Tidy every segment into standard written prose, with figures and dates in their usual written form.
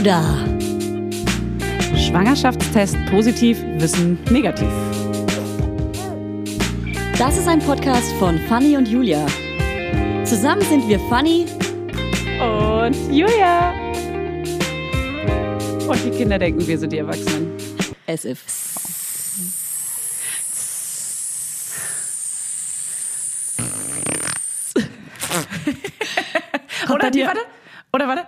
da? Schwangerschaftstest positiv, Wissen negativ. Das ist ein Podcast von Fanny und Julia. Zusammen sind wir Fanny und Julia. Und die Kinder denken, wir sind die Erwachsenen. As if. Warte.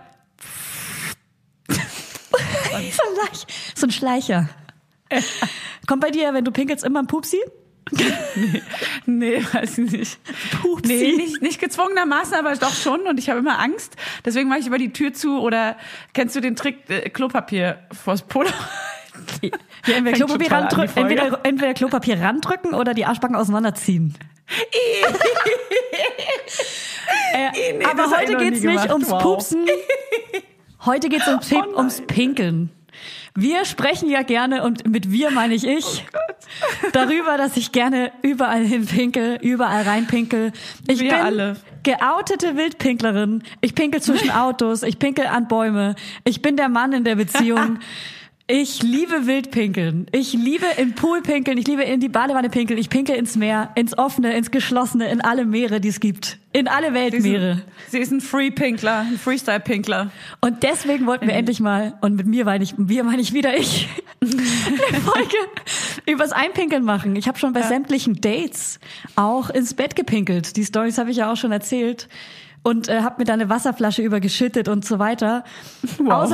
So ein Schleicher. Kommt bei dir, wenn du pinkelst, immer ein Pupsi? Nee, weiß ich nicht. Pupsi? Nee, nicht gezwungenermaßen, aber doch schon. Und ich habe immer Angst. Deswegen mache ich immer die Tür zu. Oder kennst du den Trick, Klopapier vors Polo? Ja, entweder Klopapier randrücken oder die Arschbacken auseinanderziehen. Nee, aber heute geht's nicht ums Pupsen. Heute geht's ums Pinkeln. Wir sprechen ja gerne, und mit wir meine ich darüber, dass ich gerne überall hin pinkel, überall rein pinkel. Ich bin alle geoutete Wildpinklerin. Ich pinkel zwischen Autos, ich pinkel an Bäume. Ich bin der Mann in der Beziehung. Ich liebe Wildpinkeln. Ich liebe in Pool pinkeln. Ich liebe in die Badewanne pinkeln. Ich pinkel ins Meer, ins Offene, ins Geschlossene, in alle Meere, die es gibt. In alle Weltmeere. Sie ist ein Free-Pinkler, ein Freestyle-Pinkler. Und deswegen wollten wir endlich mal, und mit mir meine ich wieder ich, eine Folge übers Einpinkeln machen. Ich habe schon bei sämtlichen Dates auch ins Bett gepinkelt. Die Storys habe ich ja auch schon erzählt. Und habe mir da eine Wasserflasche übergeschüttet und so weiter. Wow.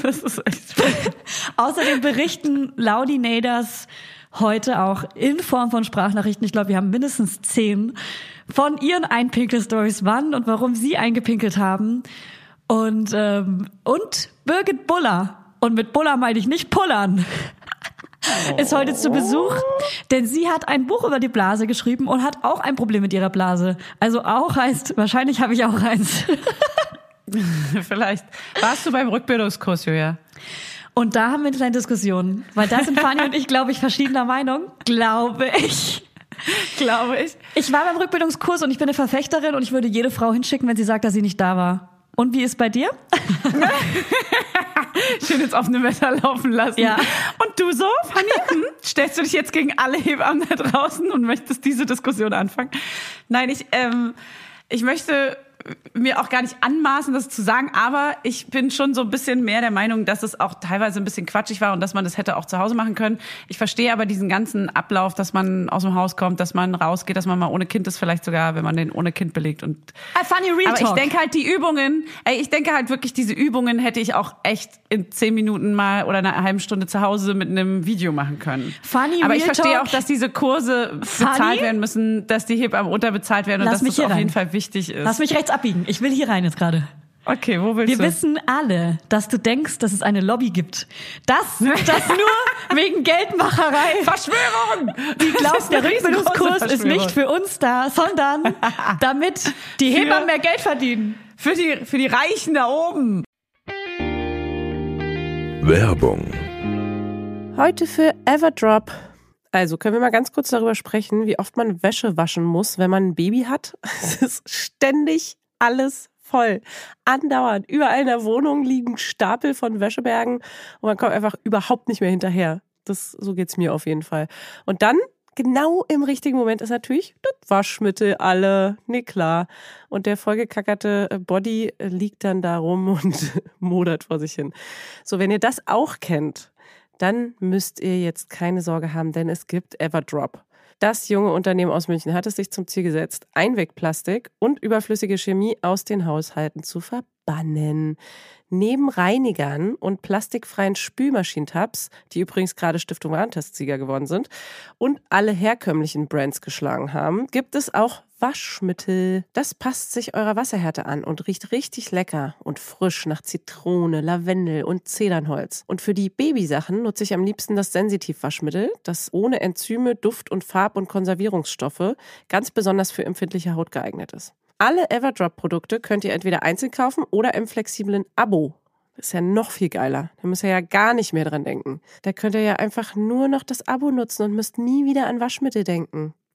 Außerdem berichten Laudinators heute auch in Form von Sprachnachrichten, ich glaube, wir haben mindestens 10, von ihren Einpinkel-Stories, wann und warum sie eingepinkelt haben. Und Birgit Buller, und mit Buller meine ich nicht pullern, ist heute zu Besuch, denn sie hat ein Buch über die Blase geschrieben und hat auch ein Problem mit ihrer Blase. Also auch heißt, wahrscheinlich habe ich auch eins. Vielleicht. Warst du beim Rückbildungskurs, Julia? Und da haben wir eine kleine Diskussion, weil da sind Fanny und ich, glaube ich, verschiedener Meinung. Glaube ich. Ich war beim Rückbildungskurs und ich bin eine Verfechterin und ich würde jede Frau hinschicken, wenn sie sagt, dass sie nicht da war. Und wie ist bei dir? Schön ins offene Messer laufen lassen. Ja. Und du so, Fanny? Stellst du dich jetzt gegen alle Hebammen da draußen und möchtest diese Diskussion anfangen? Nein, ich möchte mir auch gar nicht anmaßen, das zu sagen, aber ich bin schon so ein bisschen mehr der Meinung, dass es auch teilweise ein bisschen quatschig war und dass man das hätte auch zu Hause machen können. Ich verstehe aber diesen ganzen Ablauf, dass man aus dem Haus kommt, dass man rausgeht, dass man mal ohne Kind ist, vielleicht sogar, wenn man den ohne Kind belegt. Und Funny Real Talk. Aber ich denke halt wirklich diese Übungen hätte ich auch echt in 10 Minuten mal oder einer halben Stunde zu Hause mit einem Video machen können. Funny aber Real ich verstehe Talk. auch, dass diese Kurse bezahlt werden müssen, dass die Hebammen unterbezahlt werden und dass das auf jeden Fall wichtig ist. Lass mich rechts abbiegen. Ich will hier rein jetzt gerade. Okay, wo willst du? Wir wissen alle, dass du denkst, dass es eine Lobby gibt. Das nur wegen Geldmacherei. Verschwörung! Die glaubt, der Rückbildungskurs ist nicht für uns da, sondern damit die Hebammen mehr Geld verdienen. Für die Reichen da oben. Werbung. Heute für Everdrop. Also können wir mal ganz kurz darüber sprechen, wie oft man Wäsche waschen muss, wenn man ein Baby hat. Es ist ständig alles voll. Andauernd. Überall in der Wohnung liegen Stapel von Wäschebergen und man kommt einfach überhaupt nicht mehr hinterher. So geht's mir auf jeden Fall. Und dann, genau im richtigen Moment, ist natürlich das Waschmittel alle. Nee, klar. Und der vollgekackerte Body liegt dann da rum und modert vor sich hin. So, wenn ihr das auch kennt, dann müsst ihr jetzt keine Sorge haben, denn es gibt Everdrop. Das junge Unternehmen aus München hat es sich zum Ziel gesetzt, Einwegplastik und überflüssige Chemie aus den Haushalten zu verbannen. Neben Reinigern und plastikfreien Spülmaschinentabs, die übrigens gerade Stiftung Warentest-Sieger geworden sind und alle herkömmlichen Brands geschlagen haben, gibt es auch Waschmittel. Das passt sich eurer Wasserhärte an und riecht richtig lecker und frisch nach Zitrone, Lavendel und Zedernholz. Und für die Babysachen nutze ich am liebsten das Sensitiv-Waschmittel, das ohne Enzyme, Duft- und Farb- und Konservierungsstoffe ganz besonders für empfindliche Haut geeignet ist. Alle Everdrop-Produkte könnt ihr entweder einzeln kaufen oder im flexiblen Abo. Das ist ja noch viel geiler. Da müsst ihr ja gar nicht mehr dran denken. Da könnt ihr ja einfach nur noch das Abo nutzen und müsst nie wieder an Waschmittel denken.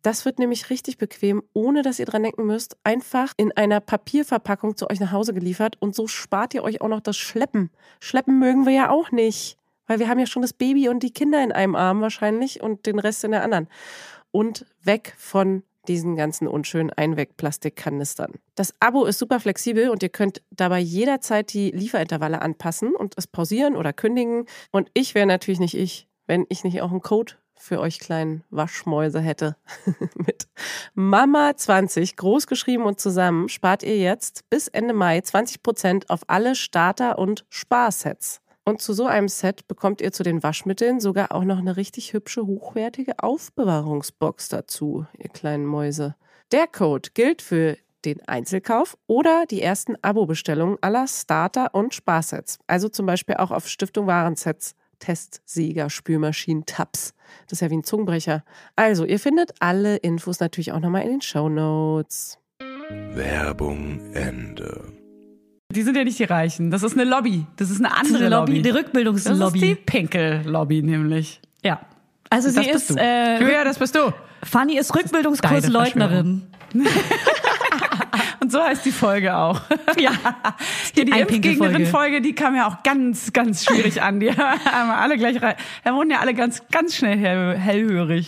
Das wird nämlich richtig bequem, ohne dass ihr dran denken müsst. Einfach in einer Papierverpackung zu euch nach Hause geliefert und so spart ihr euch auch noch das Schleppen. Schleppen mögen wir ja auch nicht, weil wir haben ja schon das Baby und die Kinder in einem Arm wahrscheinlich und den Rest in der anderen. Und weg von diesen ganzen unschönen Einwegplastikkanistern. Das Abo ist super flexibel und ihr könnt dabei jederzeit die Lieferintervalle anpassen und es pausieren oder kündigen. Und ich wäre natürlich nicht ich, wenn ich nicht auch einen Code für euch kleinen Waschmäuse hätte. Mit Mama20 großgeschrieben und zusammen spart ihr jetzt bis Ende Mai 20% auf alle Starter- und Sparsets. Und zu so einem Set bekommt ihr zu den Waschmitteln sogar auch noch eine richtig hübsche, hochwertige Aufbewahrungsbox dazu, ihr kleinen Mäuse. Der Code gilt für den Einzelkauf oder die ersten Abo-Bestellungen aller Starter- und Sparsets. Also zum Beispiel auch auf Stiftung Warensets. Testsieger, Spülmaschinen, Tabs. Das ist ja wie ein Zungenbrecher. Also, ihr findet alle Infos natürlich auch nochmal in den Shownotes. Werbung Ende. Die sind ja nicht die Reichen. Das ist eine Lobby. Das ist eine andere Lobby. Die Rückbildungslobby. Das ist die Pinkel-Lobby nämlich. Ja. Also sie ist... Julia, das bist du. Fanny ist Rückbildungskursleugnerin. Und so heißt die Folge auch. Ja. Hier die Impfgegnerin-Folge, die kam ja auch ganz, ganz schwierig an. Die haben wir alle gleich rein. Da wurden ja alle ganz, ganz schnell hellhörig.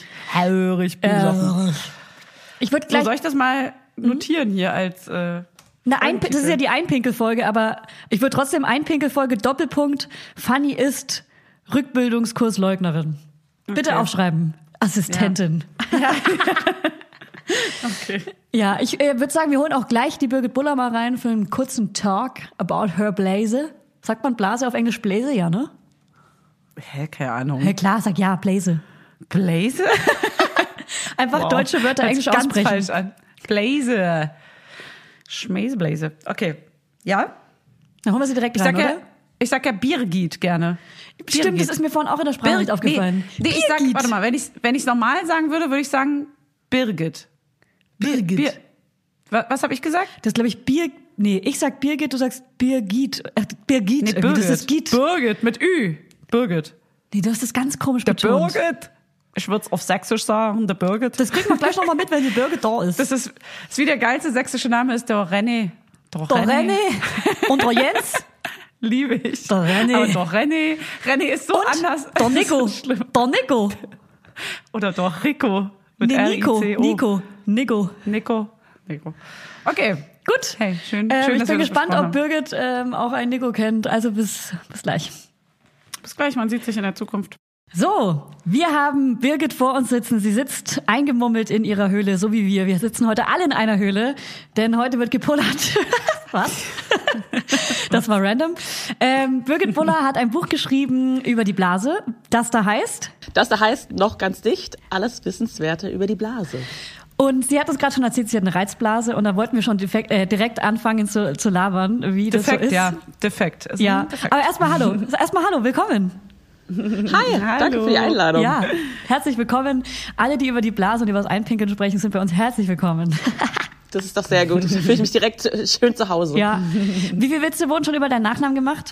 Ich würde gleich... So, soll ich das mal notieren hier als... das ist ja die Einpinkel-Folge, aber ich würde trotzdem Einpinkel-Folge Doppelpunkt Fanny ist Rückbildungskursleugnerin. Bitte aufschreiben. Assistentin. Ja. Okay. Ja, ich würde sagen, wir holen auch gleich die Birgit Buller mal rein für einen kurzen Talk about her Blase. Sagt man Blase auf Englisch Blase, ja, ne? Hä, keine Ahnung. Ja, klar, sag ja, Blase. Blase? Einfach deutsche Wörter Hört englisch sich ganz aussprechen. falsch an. Blase. Schmäsebläse. Okay. Ja? Dann holen wir sie direkt rein, oder? Ich sag ja Birgit gerne. Stimmt, Birgit. das ist mir vorhin auch in der Sprachnachricht aufgefallen. Nee, ich sag, warte mal, wenn ich normal sagen würde ich sagen Birgit. Birgit. Was habe ich gesagt? Das ist, glaube ich, ich sag Birgit, du sagst Birgit. Birgit. Nee, Birgit. Das ist Git. Birgit mit Ü. Birgit. Nee, du hast das ganz komisch Der betont. Birgit. Ich würde es auf Sächsisch sagen, der Birgit. Das kriegt man gleich nochmal mit, wenn die Birgit da ist. Das ist wie der geilste sächsische Name ist der René. Der René. Und der Jens. Liebe ich. Der René. Aber der René. René ist so und anders. Der Nico. So schlimm. Der Nico. Oder der Rico. Mit Nico. Nico. Okay. Gut. Hey, schön, ich dass bin wir gespannt, das ob Birgit auch einen Nico kennt. Also bis gleich. Bis gleich, man sieht sich in der Zukunft. So, wir haben Birgit vor uns sitzen. Sie sitzt eingemummelt in ihrer Höhle, so wie wir. Wir sitzen heute alle in einer Höhle, denn heute wird gepullert. Was? Das war random. Birgit Buller hat ein Buch geschrieben über die Blase, das da heißt... noch ganz dicht, alles Wissenswerte über die Blase. Und sie hat uns gerade schon erzählt, sie hat eine Reizblase und da wollten wir schon direkt anfangen zu labern, wie das so ist. Defekt. Ja, Defekt. aber erstmal hallo, willkommen. Hi, danke für die Einladung. Ja, herzlich willkommen. Alle, die über die Blase und über das Einpinkeln sprechen, sind bei uns herzlich willkommen. Das ist doch sehr gut. Ich fühle mich direkt schön zu Hause. Ja. Wie viele Witze wurden schon über deinen Nachnamen gemacht?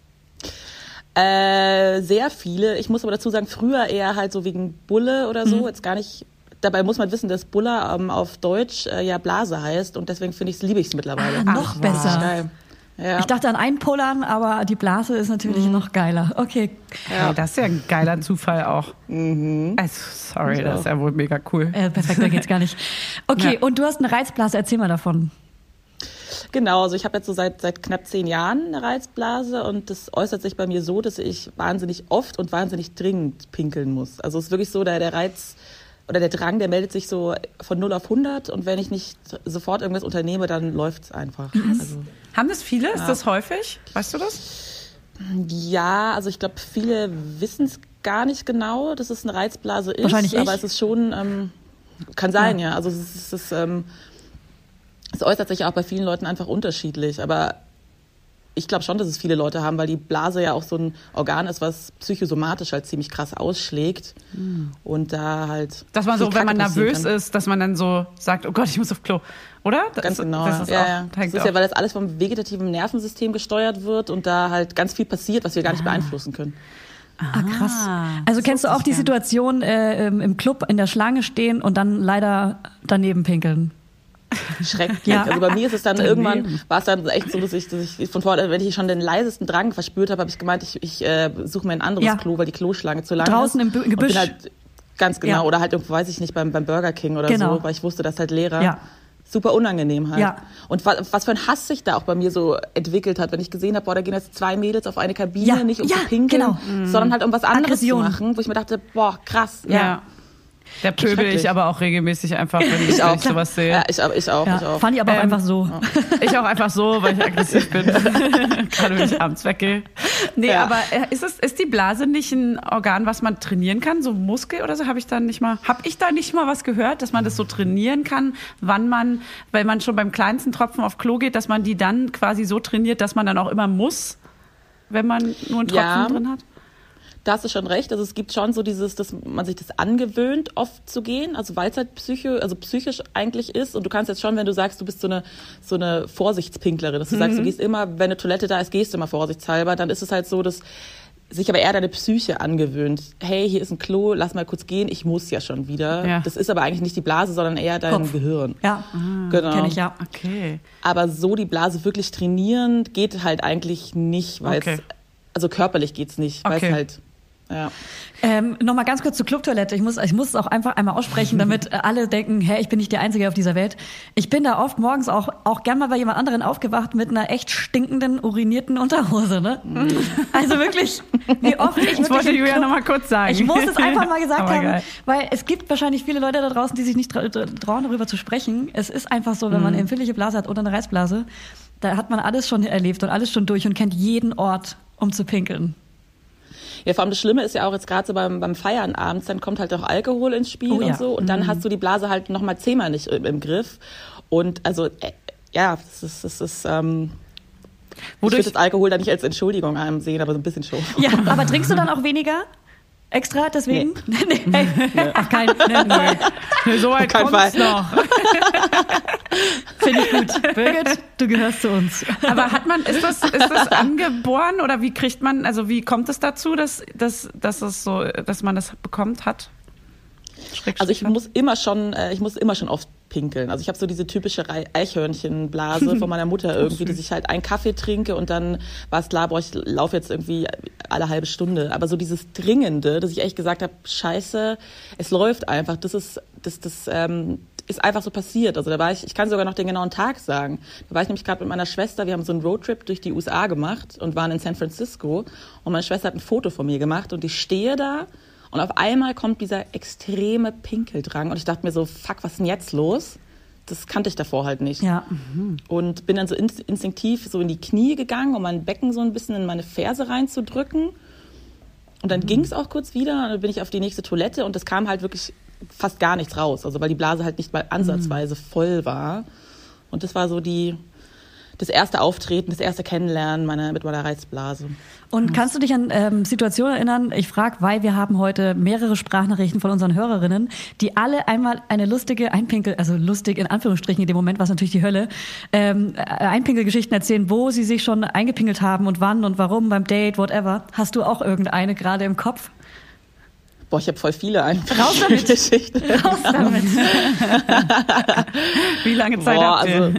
Sehr viele. Ich muss aber dazu sagen, früher eher halt so wegen Bulle oder so. Jetzt gar nicht. Dabei muss man wissen, dass Buller auf Deutsch ja Blase heißt und deswegen liebe ich es mittlerweile. Noch besser. Geil. Ja. Ich dachte an Einpullern, aber die Blase ist natürlich noch geiler. Okay. Ja. Hey, das ist ja ein geiler Zufall auch. Also, sorry, das ist ja wohl mega cool. Perfekt, da geht's gar nicht. Okay, und du hast eine Reizblase, erzähl mal davon. Genau, also ich habe jetzt so seit knapp 10 Jahren eine Reizblase und das äußert sich bei mir so, dass ich wahnsinnig oft und wahnsinnig dringend pinkeln muss. Also es ist wirklich so, der Reiz oder der Drang, der meldet sich so von 0 auf 100 und wenn ich nicht sofort irgendwas unternehme, dann läuft's einfach. Also, haben das viele? Ja. Ist das häufig? Weißt du das? Ja, also ich glaube, viele wissen es gar nicht genau, dass es eine Reizblase ist. Wahrscheinlich aber es ist schon, kann sein, ja. Also es äußert sich auch bei vielen Leuten einfach unterschiedlich. Aber ich glaube schon, dass es viele Leute haben, weil die Blase ja auch so ein Organ ist, was psychosomatisch halt ziemlich krass ausschlägt. Und da halt... Dass man so, wenn man nervös ist, dass man dann so sagt, oh Gott, ich muss auf Klo. Oder? Ganz genau. Das ist ja. Das ist ja, weil das alles vom vegetativen Nervensystem gesteuert wird und da halt ganz viel passiert, was wir gar nicht beeinflussen können. Ah, krass. Also kennst du auch die Situation im Club in der Schlange stehen und dann leider daneben pinkeln? Schrecklich. Ja. Also bei mir ist es dann irgendwann, war es dann echt so, dass ich von vorne, wenn ich schon den leisesten Drang verspürt habe, habe ich gemeint, ich suche mir ein anderes Klo, weil die Kloschlange zu lang draußen ist. Draußen im Gebüsch. Bin halt, ganz genau. Oder halt irgendwo, weiß ich nicht, beim Burger King oder so, weil ich wusste, das ist halt Lehrer. Ja. Super unangenehm halt. Ja. Und was für ein Hass sich da auch bei mir so entwickelt hat, wenn ich gesehen habe, da gehen jetzt 2 Mädels auf eine Kabine, nicht um zu pinkeln, sondern halt um was anderes Aggression. zu machen, wo ich mir dachte, boah, krass. Ja. Der pöbel ich aber auch regelmäßig einfach, wenn ich sowas sehe. Ja, ich auch. Fand ich aber auch einfach so. Ich auch einfach so, weil ich aggressiv bin. Gerade wenn ich abends weggehe. Nee, aber ist die Blase nicht ein Organ, was man trainieren kann? So Muskel oder so? Habe ich da nicht mal was gehört, dass man das so trainieren kann, wenn man schon beim kleinsten Tropfen auf Klo geht, dass man die dann quasi so trainiert, dass man dann auch immer muss, wenn man nur einen Tropfen drin hat? Da hast du schon recht. Also es gibt schon so dieses, dass man sich das angewöhnt, oft zu gehen, also weil es halt psychisch eigentlich ist. Und du kannst jetzt schon, wenn du sagst, du bist so eine Vorsichtspinklerin, dass du sagst, du gehst immer, wenn eine Toilette da ist, gehst du immer vorsichtshalber, dann ist es halt so, dass sich aber eher deine Psyche angewöhnt. Hey, hier ist ein Klo, lass mal kurz gehen, ich muss ja schon wieder. Ja. Das ist aber eigentlich nicht die Blase, sondern eher dein Gehirn. Ja, genau. Kenn ich ja. Okay. Aber so die Blase wirklich trainieren geht halt eigentlich nicht, weil also körperlich geht's nicht, weil es halt Nochmal ganz kurz zur Clubtoilette. Ich muss es auch einfach einmal aussprechen, damit alle denken, ich bin nicht der Einzige auf dieser Welt. Ich bin da oft morgens auch gern mal bei jemand anderen aufgewacht mit einer echt stinkenden, urinierten Unterhose. Ne? Also wirklich, wie oft ich das wollte Julia noch mal kurz sagen. Ich muss es einfach mal gesagt haben, weil es gibt wahrscheinlich viele Leute da draußen, die sich nicht trauen, darüber zu sprechen. Es ist einfach so, wenn man eine empfindliche Blase hat oder eine Reizblase, da hat man alles schon erlebt und alles schon durch und kennt jeden Ort, um zu pinkeln. Ja, vor allem das Schlimme ist ja auch jetzt gerade so beim Feiern abends, dann kommt halt auch Alkohol ins Spiel und so und dann hast du die Blase halt noch mal 10-mal nicht im Griff und also das ist ich würde das Alkohol da nicht als Entschuldigung sehen, aber so ein bisschen schon. Ja, aber trinkst du dann auch weniger? Extra deswegen? Nee. Ach, nee. So weit kommt's noch. Finde ich gut. Birgit, du gehörst zu uns. Aber ist das angeboren oder wie kommt es dazu, dass man das bekommt hat? Also ich muss immer schon oft pinkeln. Also ich habe so diese typische Eichhörnchenblase von meiner Mutter irgendwie, dass ich halt einen Kaffee trinke und dann war es klar, ich laufe jetzt irgendwie alle halbe Stunde. Aber so dieses Dringende, dass ich echt gesagt habe, scheiße, es läuft einfach. Das ist einfach so passiert. Also da war ich kann sogar noch den genauen Tag sagen. Da war ich nämlich gerade mit meiner Schwester, wir haben so einen Roadtrip durch die USA gemacht und waren in San Francisco und meine Schwester hat ein Foto von mir gemacht und ich stehe da und auf einmal kommt dieser extreme Pinkeldrang und ich dachte mir so, fuck, was ist denn jetzt los? Das kannte ich davor halt nicht. Ja. Und bin dann so instinktiv so in die Knie gegangen, um mein Becken so ein bisschen in meine Ferse reinzudrücken. Und dann ging es auch kurz wieder, und dann bin ich auf die nächste Toilette und es kam halt wirklich fast gar nichts raus, also weil die Blase halt nicht mal ansatzweise voll war. Und das war so das erste Auftreten, das erste Kennenlernen mit meiner Reizblase. Und kannst du dich an Situationen erinnern? Ich frage, weil wir haben heute mehrere Sprachnachrichten von unseren Hörerinnen, die alle einmal eine lustige also lustig in Anführungsstrichen in dem Moment, was natürlich die Hölle, Einpinkelgeschichten erzählen, wo sie sich schon eingepinkelt haben und wann und warum beim Date, whatever. Hast du auch irgendeine gerade im Kopf? Boah, ich habe voll viele Raus damit. Raus damit. Wie lange Zeit habt ihr?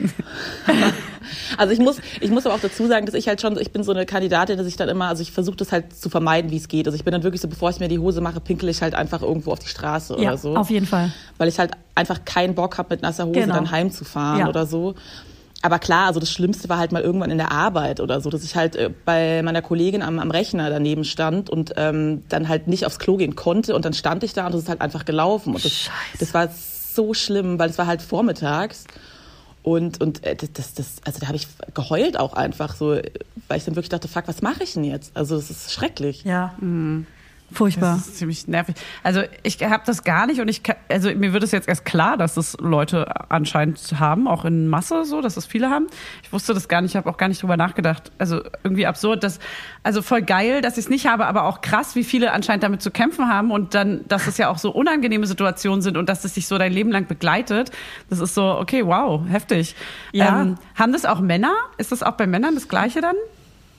Also ich muss aber auch dazu sagen, dass ich bin so eine Kandidatin, dass ich dann immer, also ich versuche das halt zu vermeiden, wie es geht. Also ich bin dann wirklich so, bevor ich mir die Hose mache, pinkel ich halt einfach irgendwo auf die Straße oder so. Ja, auf jeden Fall. Weil ich halt einfach keinen Bock habe, mit nasser Hose dann heimzufahren oder so. Aber klar, also das Schlimmste war halt mal irgendwann in der Arbeit oder so, dass ich halt bei meiner Kollegin am Rechner daneben stand und dann halt nicht aufs Klo gehen konnte und dann stand ich da und das ist halt einfach gelaufen. Und das war so schlimm, weil es war halt vormittags und also da habe ich geheult auch einfach so, weil ich dann wirklich dachte, fuck, was mache ich denn jetzt? Also das ist schrecklich. Ja. Furchtbar. Das ist ziemlich nervig. Also ich habe das gar nicht und mir wird es jetzt erst klar, dass das Leute anscheinend haben, auch in Masse so, dass es viele haben. Ich wusste das gar nicht, ich habe auch gar nicht drüber nachgedacht. Also irgendwie absurd, also voll geil, dass ich es nicht habe, aber auch krass, wie viele anscheinend damit zu kämpfen haben und dann, dass es ja auch so unangenehme Situationen sind und dass es sich so dein Leben lang begleitet. Das ist so, okay, wow, heftig. Ja. Haben das auch Männer? Ist das auch bei Männern das Gleiche dann?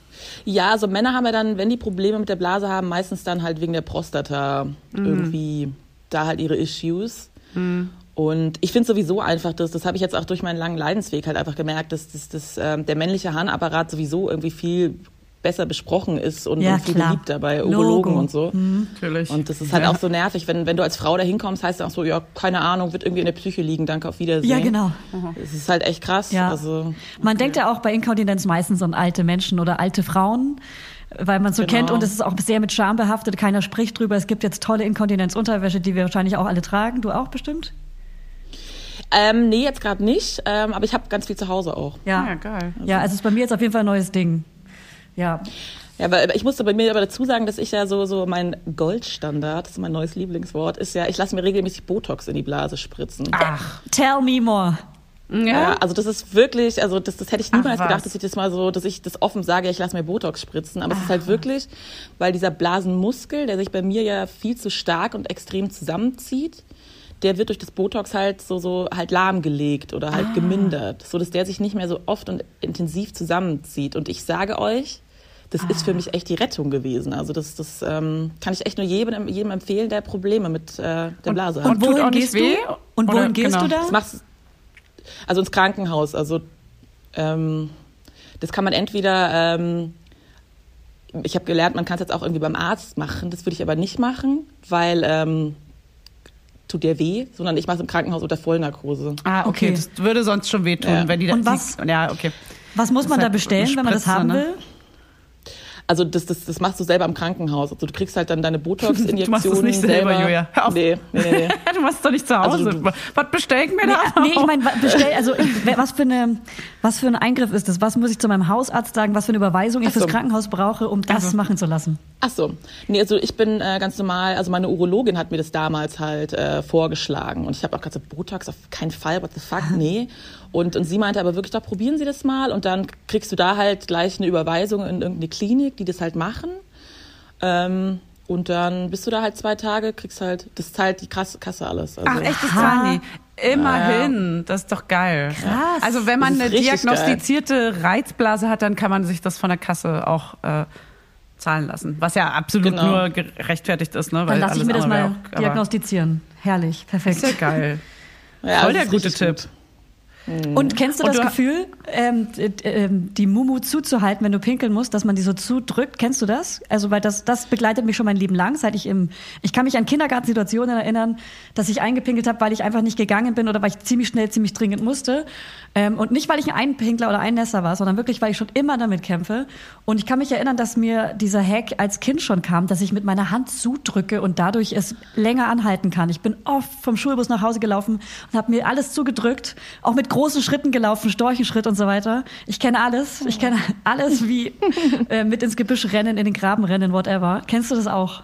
Ja, also Männer haben ja dann, wenn die Probleme mit der Blase haben, meistens dann halt wegen der Prostata irgendwie da halt ihre Issues. Und ich finde sowieso einfach, das habe ich jetzt auch durch meinen langen Leidensweg halt einfach gemerkt, dass der männliche Harnapparat sowieso irgendwie viel besser besprochen ist und viel beliebter bei Urologen und so. Natürlich. Und das ist halt auch so nervig, wenn du als Frau da hinkommst, heißt es auch so, ja, keine Ahnung, wird irgendwie in der Psyche liegen, danke, auf Wiedersehen. Ja, genau. Es ist halt echt krass. Ja. Also, Man denkt ja auch bei Inkontinenz meistens an alte Menschen oder alte Frauen, weil man so kennt und es ist auch sehr mit Scham behaftet, keiner spricht drüber. Es gibt jetzt tolle Inkontinenzunterwäsche, die wir wahrscheinlich auch alle tragen. Du auch bestimmt? nee, jetzt gerade nicht, aber ich habe ganz viel zu Hause auch. Ja, geil. Ja, also es ist bei mir jetzt auf jeden Fall ein neues Ding. Ja. Ja, aber ich musste bei mir aber dazu sagen, dass ich ja so mein Goldstandard, das ist mein neues Lieblingswort, ist ja, ich lasse mir regelmäßig Botox in die Blase spritzen. Ach, tell me more. Ja, also das ist wirklich, also das hätte ich niemals gedacht, dass ich das mal so, dass ich das offen sage, ja, ich lasse mir Botox spritzen, aber es ist halt wirklich, weil dieser Blasenmuskel, der sich bei mir ja viel zu stark und extrem zusammenzieht, der wird durch das Botox halt so halt lahmgelegt oder halt gemindert, so dass der sich nicht mehr so oft und intensiv zusammenzieht. Und ich sage euch, das ist für mich echt die Rettung gewesen. Also das kann ich echt nur jedem empfehlen, der Probleme mit der Blase hat. Und wohin gehst du? Und wohin gehst du da? Das machst also ins Krankenhaus. Also das kann man entweder ich habe gelernt, man kann es jetzt auch irgendwie beim Arzt machen. Das würde ich aber nicht machen, weil tut dir weh, sondern ich mache es im Krankenhaus unter Vollnarkose. Ah, okay. Das würde sonst schon wehtun, wenn die da. Und was? Ja, okay. Was muss man da bestellen, wenn man das haben will? Also das machst du selber im Krankenhaus. Also du kriegst halt dann deine Botox-Injektion Du machst es nicht selber, Julia. Hör auf. Nee. Du machst es doch nicht zu Hause. Also was bestell ich mir da? Nee, ich meine, was für ein Eingriff ist das? Was muss ich zu meinem Hausarzt sagen? Was für eine Überweisung ich fürs Krankenhaus brauche, um das machen zu lassen? Ach so. Nee, also ich bin ganz normal, also meine Urologin hat mir das damals halt vorgeschlagen. Und ich habe auch gesagt, so, Botox auf keinen Fall, what the fuck, nee. Und sie meinte aber wirklich, doch, probieren Sie das mal. Und dann kriegst du da halt gleich eine Überweisung in irgendeine Klinik, die das halt machen. Und dann bist du da halt 2 Tage, kriegst halt, das zahlt die Kasse alles. Also, Ach echt, das zahlen die? Immerhin, das ist doch geil. Krass. Also wenn man Das eine ist richtig diagnostizierte Reizblase hat, dann kann man sich das von der Kasse auch zahlen lassen. Was ja absolut nur gerechtfertigt ist. Ne? Dann lasse ich mir das mal auch, diagnostizieren. Herrlich, perfekt. Ist ja geil. ja, Voll der das ist gute richtig Tipp. gut. Und kennst du das Gefühl, die Mumu zuzuhalten, wenn du pinkeln musst, dass man die so zudrückt? Kennst du das? Also, weil das begleitet mich schon mein Leben lang, seit ich kann mich an Kindergartensituationen erinnern, dass ich eingepinkelt habe, weil ich einfach nicht gegangen bin oder weil ich ziemlich dringend musste. Und nicht, weil ich ein Einpinkler oder Einnässer war, sondern wirklich, weil ich schon immer damit kämpfe. Und ich kann mich erinnern, dass mir dieser Hack als Kind schon kam, dass ich mit meiner Hand zudrücke und dadurch es länger anhalten kann. Ich bin oft vom Schulbus nach Hause gelaufen und habe mir alles zugedrückt, auch mit großen Schritten gelaufen, Storchenschritt und so weiter. Ich kenne alles. Ich kenne alles wie mit ins Gebüsch rennen, in den Graben rennen, whatever. Kennst du das auch?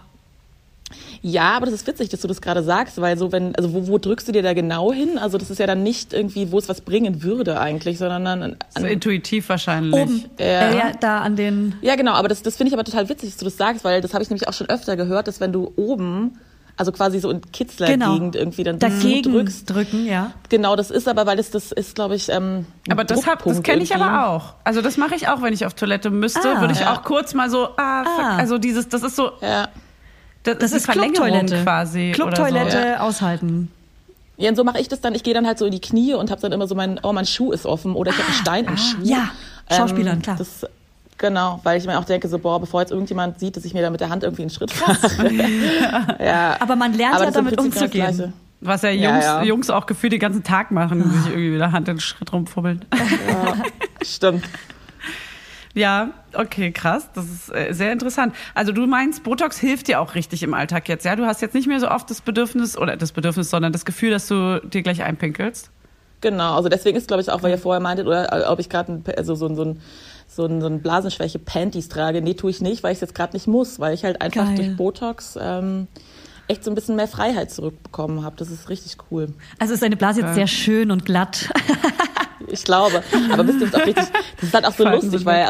Ja, aber das ist witzig, dass du das gerade sagst, weil so wo drückst du dir da genau hin? Also das ist ja dann nicht irgendwie, wo es was bringen würde eigentlich, sondern dann so intuitiv wahrscheinlich. Oben, ja, da an den... Ja, genau, aber das finde ich aber total witzig, dass du das sagst, weil das habe ich nämlich auch schon öfter gehört, dass wenn du oben, also quasi so in Kitzler-Gegend irgendwie dann dagegen drückst. Drücken, ja. Genau, das ist aber, weil das ist, glaube ich, aber das kenne ich aber auch. Also das mache ich auch, wenn ich auf Toilette müsste, würde ich auch kurz mal so, also das ist so... Ja. Das ist Verlängerung quasi. Clubtoilette aushalten. Ja, und so mache ich das dann. Ich gehe dann halt so in die Knie und habe dann immer so mein Schuh ist offen oder ich habe einen Stein im Schuh. Ja, Schauspielern, klar. Genau, weil ich mir auch denke, so bevor jetzt irgendjemand sieht, dass ich mir da mit der Hand irgendwie einen Schritt mache. Ja. Aber man lernt ja damit umzugehen. Was ja Jungs auch gefühlt den ganzen Tag machen, sich irgendwie mit der Hand in den Schritt rumfummeln. Ja, stimmt. Ja, okay, krass. Das ist sehr interessant. Also du meinst, Botox hilft dir auch richtig im Alltag jetzt, ja? Du hast jetzt nicht mehr so oft das Bedürfnis, sondern das Gefühl, dass du dir gleich einpinkelst? Genau, also deswegen ist, glaube ich, auch, weil ihr vorher meintet, oder ob ich gerade so ein Blasenschwäche-Panties trage. Nee, tue ich nicht, weil ich es jetzt gerade nicht muss, weil ich halt einfach durch Botox echt so ein bisschen mehr Freiheit zurückbekommen habe. Das ist richtig cool. Also ist deine Blase jetzt sehr schön und glatt. Ich glaube. Aber wisst ihr, das ist halt auch so lustig, weil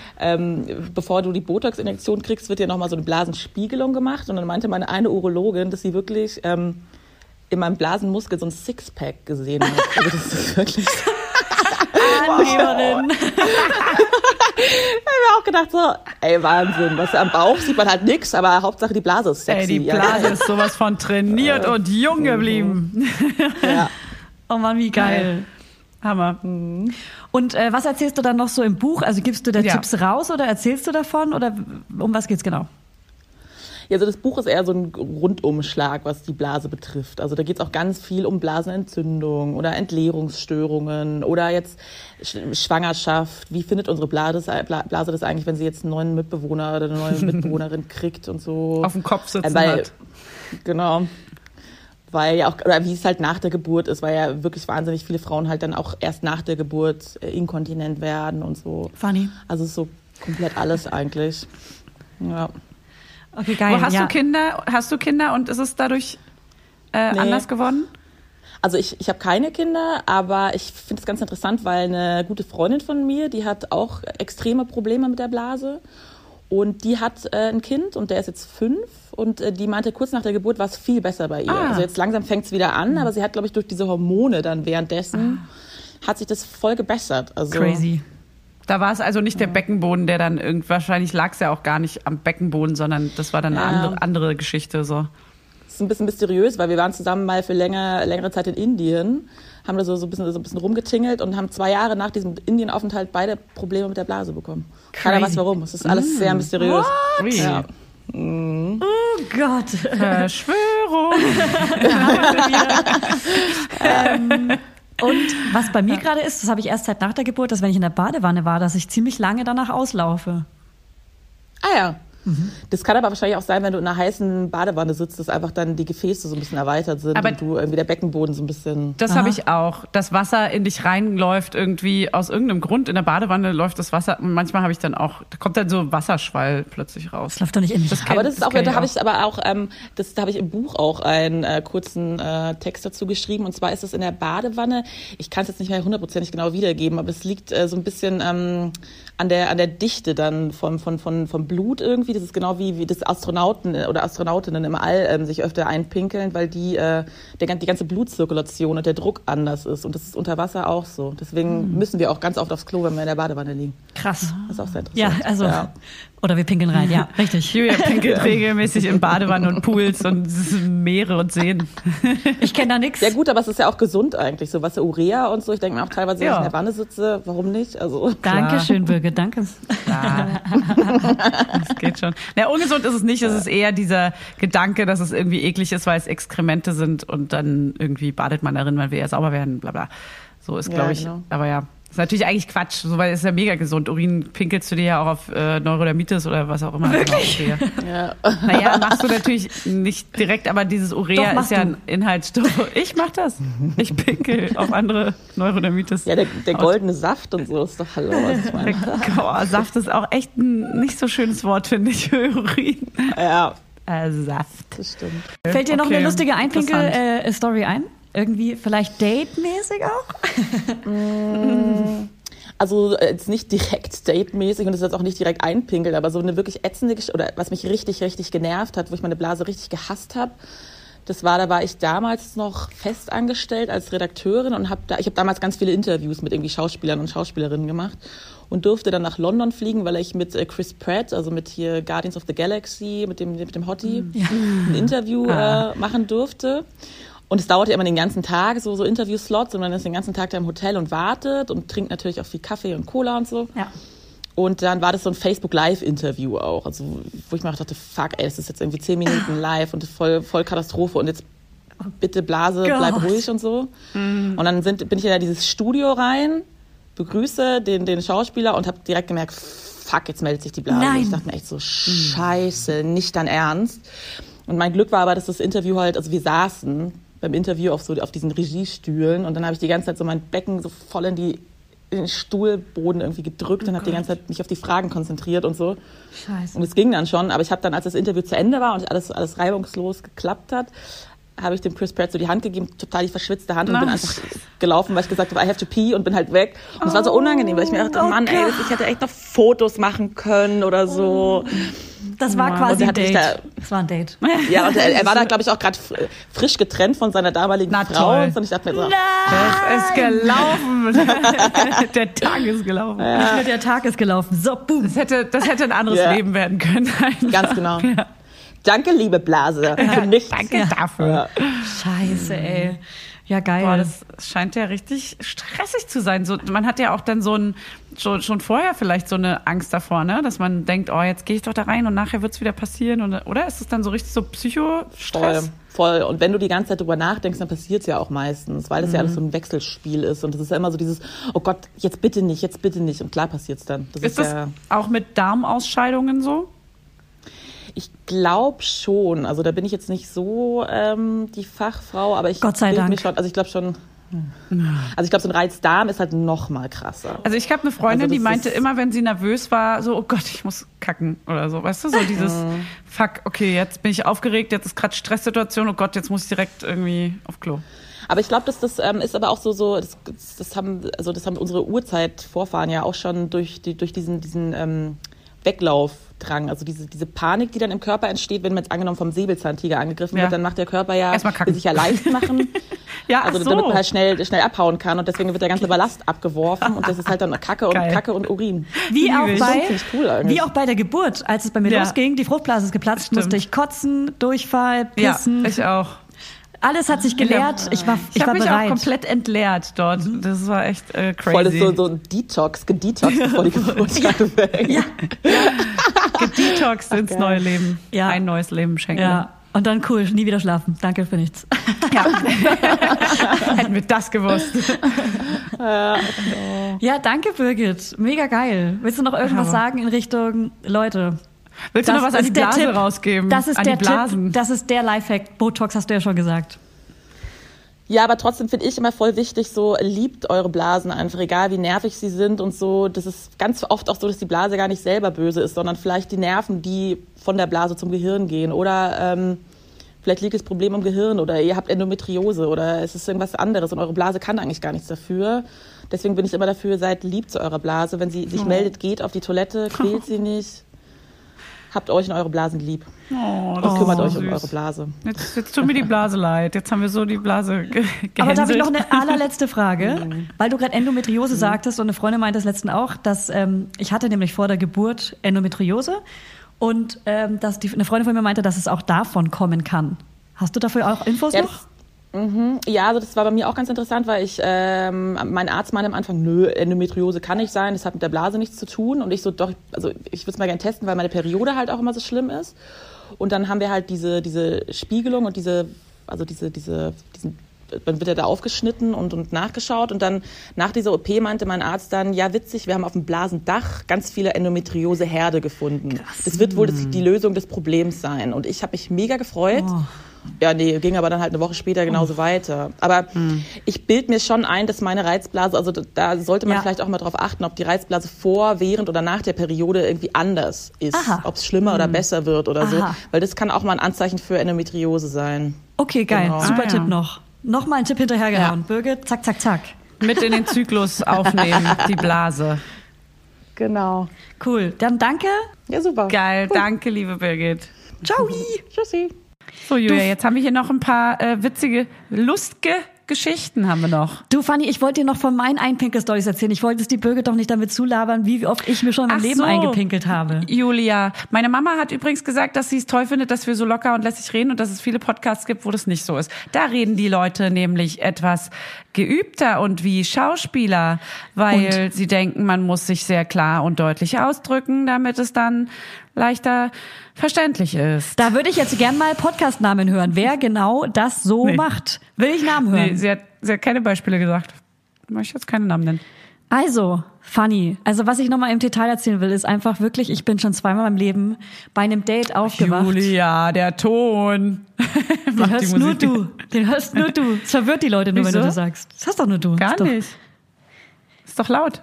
bevor du die Botox-Injektion kriegst, wird dir nochmal so eine Blasenspiegelung gemacht. Und dann meinte meine eine Urologin, dass sie wirklich in meinem Blasenmuskel so ein Sixpack gesehen hat. Also das ist wirklich Angeberin. Ich habe mir auch gedacht so, ey, Wahnsinn. Was am Bauch sieht man halt nix, aber Hauptsache die Blase ist sexy. Ey, die Blase ist sowas von trainiert und jung geblieben. Ja. Oh Mann, wie geil. Hammer. Und was erzählst du dann noch so im Buch? Also gibst du da Tipps raus oder erzählst du davon? Oder um was geht's genau? Ja, also das Buch ist eher so ein Rundumschlag, was die Blase betrifft. Also da geht es auch ganz viel um Blasenentzündung oder Entleerungsstörungen oder jetzt Schwangerschaft. Wie findet unsere Blase das eigentlich, wenn sie jetzt einen neuen Mitbewohner oder eine neue Mitbewohnerin kriegt und so. Auf dem Kopf sitzen hat. Genau. Weil ja auch, oder wie es halt nach der Geburt ist, weil ja wirklich wahnsinnig viele Frauen halt dann auch erst nach der Geburt inkontinent werden und so. Funny. Also so komplett alles eigentlich. Ja. Okay, geil. Hast du Kinder und ist es dadurch anders geworden? Also ich habe keine Kinder, aber ich finde es ganz interessant, weil eine gute Freundin von mir, die hat auch extreme Probleme mit der Blase und die hat ein Kind und der ist jetzt 5 und die meinte, kurz nach der Geburt war es viel besser bei ihr. Also jetzt langsam fängt es wieder an, aber sie hat, glaube ich, durch diese Hormone dann währenddessen hat sich das voll gebessert. Also, crazy. Da war es also nicht der Beckenboden, der dann wahrscheinlich lag es ja auch gar nicht am Beckenboden, sondern das war dann eine andere Geschichte. So. Das ist ein bisschen mysteriös, weil wir waren zusammen mal für längere Zeit in Indien, haben da so ein bisschen rumgetingelt und haben 2 Jahre nach diesem Indienaufenthalt beide Probleme mit der Blase bekommen. Keiner weiß warum. Es ist alles sehr mysteriös. Ja. Oh Gott. Verschwörung. Und was bei mir gerade ist, das habe ich erst seit nach der Geburt, dass wenn ich in der Badewanne war, dass ich ziemlich lange danach auslaufe. Ah ja. Das kann aber wahrscheinlich auch sein, wenn du in einer heißen Badewanne sitzt, dass einfach dann die Gefäße so ein bisschen erweitert sind und du irgendwie der Beckenboden so ein bisschen... Das habe ich auch. Das Wasser in dich reinläuft irgendwie aus irgendeinem Grund. In der Badewanne läuft das Wasser und manchmal habe ich dann auch, da kommt dann so Wasserschwall plötzlich raus. Das läuft doch nicht in mich. Aber das ist auch, da habe ich aber auch, da habe ich im Buch auch einen kurzen Text dazu geschrieben und zwar ist es in der Badewanne, ich kann es jetzt nicht mehr 100% genau wiedergeben, aber es liegt so ein bisschen an der Dichte dann vom Blut irgendwie. Das ist genau wie das Astronauten oder Astronautinnen im All sich öfter einpinkeln, weil die ganze Blutzirkulation und der Druck anders ist. Und das ist unter Wasser auch so. Deswegen müssen wir auch ganz oft aufs Klo, wenn wir in der Badewanne liegen. Krass. Das ist auch sehr interessant. Ja, also... Ja. Oder wir pinkeln rein, ja, richtig. Julia pinkelt regelmäßig in Badewannen und Pools und Meere und Seen. Ich kenne da nichts. Ja gut, aber es ist ja auch gesund eigentlich, so was Urea und so. Ich denke mir auch teilweise, wenn ich in der Wanne sitze, warum nicht? Also Dankeschön, Birgit, danke. Das geht schon. Na, ungesund ist es nicht, es ist eher dieser Gedanke, dass es irgendwie eklig ist, weil es Exkremente sind und dann irgendwie badet man darin, weil wir ja sauber werden, bla bla. So ist, glaube ich, genau. Aber ja. Das ist natürlich eigentlich Quatsch, so, weil es ist ja mega gesund. Urin pinkelst du dir ja auch auf Neurodermitis oder was auch immer. Wirklich? Genau, ja. Naja, machst du natürlich nicht direkt, aber dieses Urea ist ja ein Inhaltsstoff. Ich mach das. Ich pinkel auf andere Neurodermitis. Ja, der goldene Saft und so ist doch hallo. Was ich meine. Saft ist auch echt ein nicht so schönes Wort, finde ich, für Urin. Ja. Saft. Das stimmt. Fällt dir noch eine lustige Einpinkel-Story ein? Irgendwie vielleicht date-mäßig auch? Also jetzt nicht direkt date-mäßig und es ist jetzt auch nicht direkt einpinkeln, aber so eine wirklich ätzende Geschichte, oder was mich richtig, richtig genervt hat, wo ich meine Blase richtig gehasst habe, da war ich damals noch fest angestellt als Redakteurin und ich habe damals ganz viele Interviews mit irgendwie Schauspielern und Schauspielerinnen gemacht und durfte dann nach London fliegen, weil ich mit Chris Pratt, also mit hier Guardians of the Galaxy, mit dem Hottie, ein Interview machen durfte. Und es dauerte immer den ganzen Tag, so Interviewslots, und man ist den ganzen Tag da im Hotel und wartet und trinkt natürlich auch viel Kaffee und Cola und so. Ja. Und dann war das so ein Facebook-Live-Interview auch, also wo ich mir auch dachte, fuck, ey, das ist jetzt irgendwie 10 Minuten live und das ist voll Katastrophe und jetzt bitte Blase, bleib ruhig und so. Und dann bin ich in dieses Studio rein, begrüße den Schauspieler und habe direkt gemerkt, fuck, jetzt meldet sich die Blase. Nein. Ich dachte mir echt so, scheiße, nicht dein Ernst. Und mein Glück war aber, dass das Interview halt, also wir saßen beim Interview auf diesen Regiestühlen und dann habe ich die ganze Zeit so mein Becken so voll in den Stuhlboden irgendwie gedrückt und habe die ganze Zeit mich auf die Fragen konzentriert und so. Scheiße. Und es ging dann schon, aber ich habe dann, als das Interview zu Ende war und alles reibungslos geklappt hat, habe ich dem Chris Pratt so die Hand gegeben, total die verschwitzte Hand und bin einfach gelaufen, weil ich gesagt habe, I have to pee und bin halt weg. Und es war so unangenehm, weil ich mir dachte, Mann, ey, ich hätte echt noch Fotos machen können oder so. Das war quasi ein Date. Das war ein Date. Ja, und er war da, glaube ich, auch gerade frisch getrennt von seiner damaligen Frau. Und ich dachte mir so, das ist gelaufen. Der Tag ist gelaufen. Ja. Nicht nur der Tag ist gelaufen. So, boom. Das hätte ein anderes Leben werden können. Einfach. Ganz genau. Ja. Danke, liebe Blase. Für nichts. Danke dafür. Scheiße, ey. Ja, geil. Boah, das scheint ja richtig stressig zu sein. So, man hat ja auch dann schon vorher vielleicht so eine Angst davor, ne? Dass man denkt, oh, jetzt gehe ich doch da rein und nachher wird es wieder passieren. Oder ist es dann so richtig so Psychostress? Voll. Und wenn du die ganze Zeit drüber nachdenkst, dann passiert es ja auch meistens, weil das ja alles so ein Wechselspiel ist. Und es ist ja immer so dieses, oh Gott, jetzt bitte nicht. Und klar passiert es dann. Ist das auch mit Darmausscheidungen so? Ich glaube schon. Also da bin ich jetzt nicht so die Fachfrau, aber ich Gott sei Dank. Mich schon, also ich glaube schon. Also ich glaube, so ein Reizdarm ist halt noch mal krasser. Also ich habe eine Freundin, die meinte immer, wenn sie nervös war, so, oh Gott, ich muss kacken oder so. Weißt du, so dieses, fuck, okay, jetzt bin ich aufgeregt, jetzt ist gerade Stresssituation, oh Gott, jetzt muss ich direkt irgendwie auf Klo. Aber ich glaube, das ist aber auch das haben unsere Urzeitvorfahren ja auch schon durch diesen Weglaufdrang, also diese Panik, die dann im Körper entsteht, wenn man jetzt angenommen vom Säbelzahntiger angegriffen wird, dann macht der Körper ja, will sich ja leicht machen, damit man halt schnell abhauen kann und deswegen wird der ganze Ballast abgeworfen und das ist halt dann Kacke und Urin. Wie auch bei der Geburt, als es bei mir losging, die Fruchtblase ist geplatzt, musste ich kotzen, Durchfall, pissen. Ja, ich auch. Alles hat sich geleert. Ich war mich bereit. Auch komplett entleert dort. Das war echt crazy. Voll ist so ein Detox, bevor die Geburt anfängt. Ja. Gedetoxt ins neue Leben. Ja. Ein neues Leben schenken. Ja. Und dann cool, nie wieder schlafen. Danke für nichts. Ja. Hätten wir das gewusst. Ja, danke Birgit. Mega geil. Willst du noch irgendwas sagen in Richtung Leute? Willst du noch was an die Blase rausgeben? Das ist der Tipp. Das ist der Lifehack. Botox hast du ja schon gesagt. Ja, aber trotzdem finde ich immer voll wichtig, so liebt eure Blasen einfach, egal wie nervig sie sind und so. Das ist ganz oft auch so, dass die Blase gar nicht selber böse ist, sondern vielleicht die Nerven, die von der Blase zum Gehirn gehen. Oder vielleicht liegt das Problem im Gehirn oder ihr habt Endometriose oder es ist irgendwas anderes und eure Blase kann eigentlich gar nichts dafür. Deswegen bin ich immer dafür, seid lieb zu eurer Blase. Wenn sie sich meldet, geht auf die Toilette, quält sie nicht. Habt euch in eure Blasen lieb. Und kümmert euch um eure Blase. Jetzt tut mir die Blase leid. Jetzt haben wir so die Blase gehänselt. Aber darf ich noch eine allerletzte Frage? Weil du gerade Endometriose sagtest und eine Freundin meinte das letzten auch, dass ich hatte nämlich vor der Geburt Endometriose und dass eine Freundin von mir meinte, dass es auch davon kommen kann. Hast du dafür auch Infos noch? Ja, also das war bei mir auch ganz interessant, weil mein Arzt meinte am Anfang, Endometriose kann nicht sein, das hat mit der Blase nichts zu tun. Und ich so, doch, also ich würde es mal gerne testen, weil meine Periode halt auch immer so schlimm ist. Und dann haben wir halt diese Spiegelung und diesen, dann wird er da aufgeschnitten und nachgeschaut. Und dann nach dieser OP meinte mein Arzt dann, ja witzig, wir haben auf dem Blasendach ganz viele Endometriose-Herde gefunden. Krass. Das wird wohl die Lösung des Problems sein. Und ich habe mich mega gefreut. Oh. Ja, nee, ging aber dann halt eine Woche später genauso weiter. Aber ich bilde mir schon ein, dass meine Reizblase, also da sollte man vielleicht auch mal drauf achten, ob die Reizblase vor, während oder nach der Periode irgendwie anders ist. Ob es schlimmer oder besser wird oder so. Weil das kann auch mal ein Anzeichen für Endometriose sein. Okay, geil. Genau. Super Tipp noch. Nochmal einen Tipp hinterhergehauen. Birgit, zack, zack, zack. Mit in den Zyklus aufnehmen, die Blase. Genau. Cool. Dann danke. Ja, super. Geil. Cool. Danke, liebe Birgit. Ciao. Tschüssi. So, Julia, jetzt haben wir hier noch ein paar witzige, lustige Geschichten haben wir noch. Du, Fanny, ich wollte dir noch von meinen Einpinkel-Storys erzählen. Ich wollte es die Birgit doch nicht damit zulabern, wie oft ich mir schon in meinem Leben eingepinkelt habe. Julia, meine Mama hat übrigens gesagt, dass sie es toll findet, dass wir so locker und lässig reden und dass es viele Podcasts gibt, wo das nicht so ist. Da reden die Leute nämlich etwas geübter und wie Schauspieler, weil sie denken, man muss sich sehr klar und deutlich ausdrücken, damit es dann leichter verständlich ist. Da würde ich jetzt gern mal Podcast-Namen hören. Wer genau das so macht. Will ich Namen hören? Nee, sie hat keine Beispiele gesagt. Ich möchte jetzt keine Namen nennen. Also, Fanny, was ich nochmal im Detail erzählen will, ist einfach wirklich, ich bin schon zweimal im Leben bei einem Date aufgewacht. Julia, der Ton. Den hörst nur du. Das verwirrt die Leute nur, wenn du das sagst. Das hast doch nur du. Gar nicht. Ist doch laut.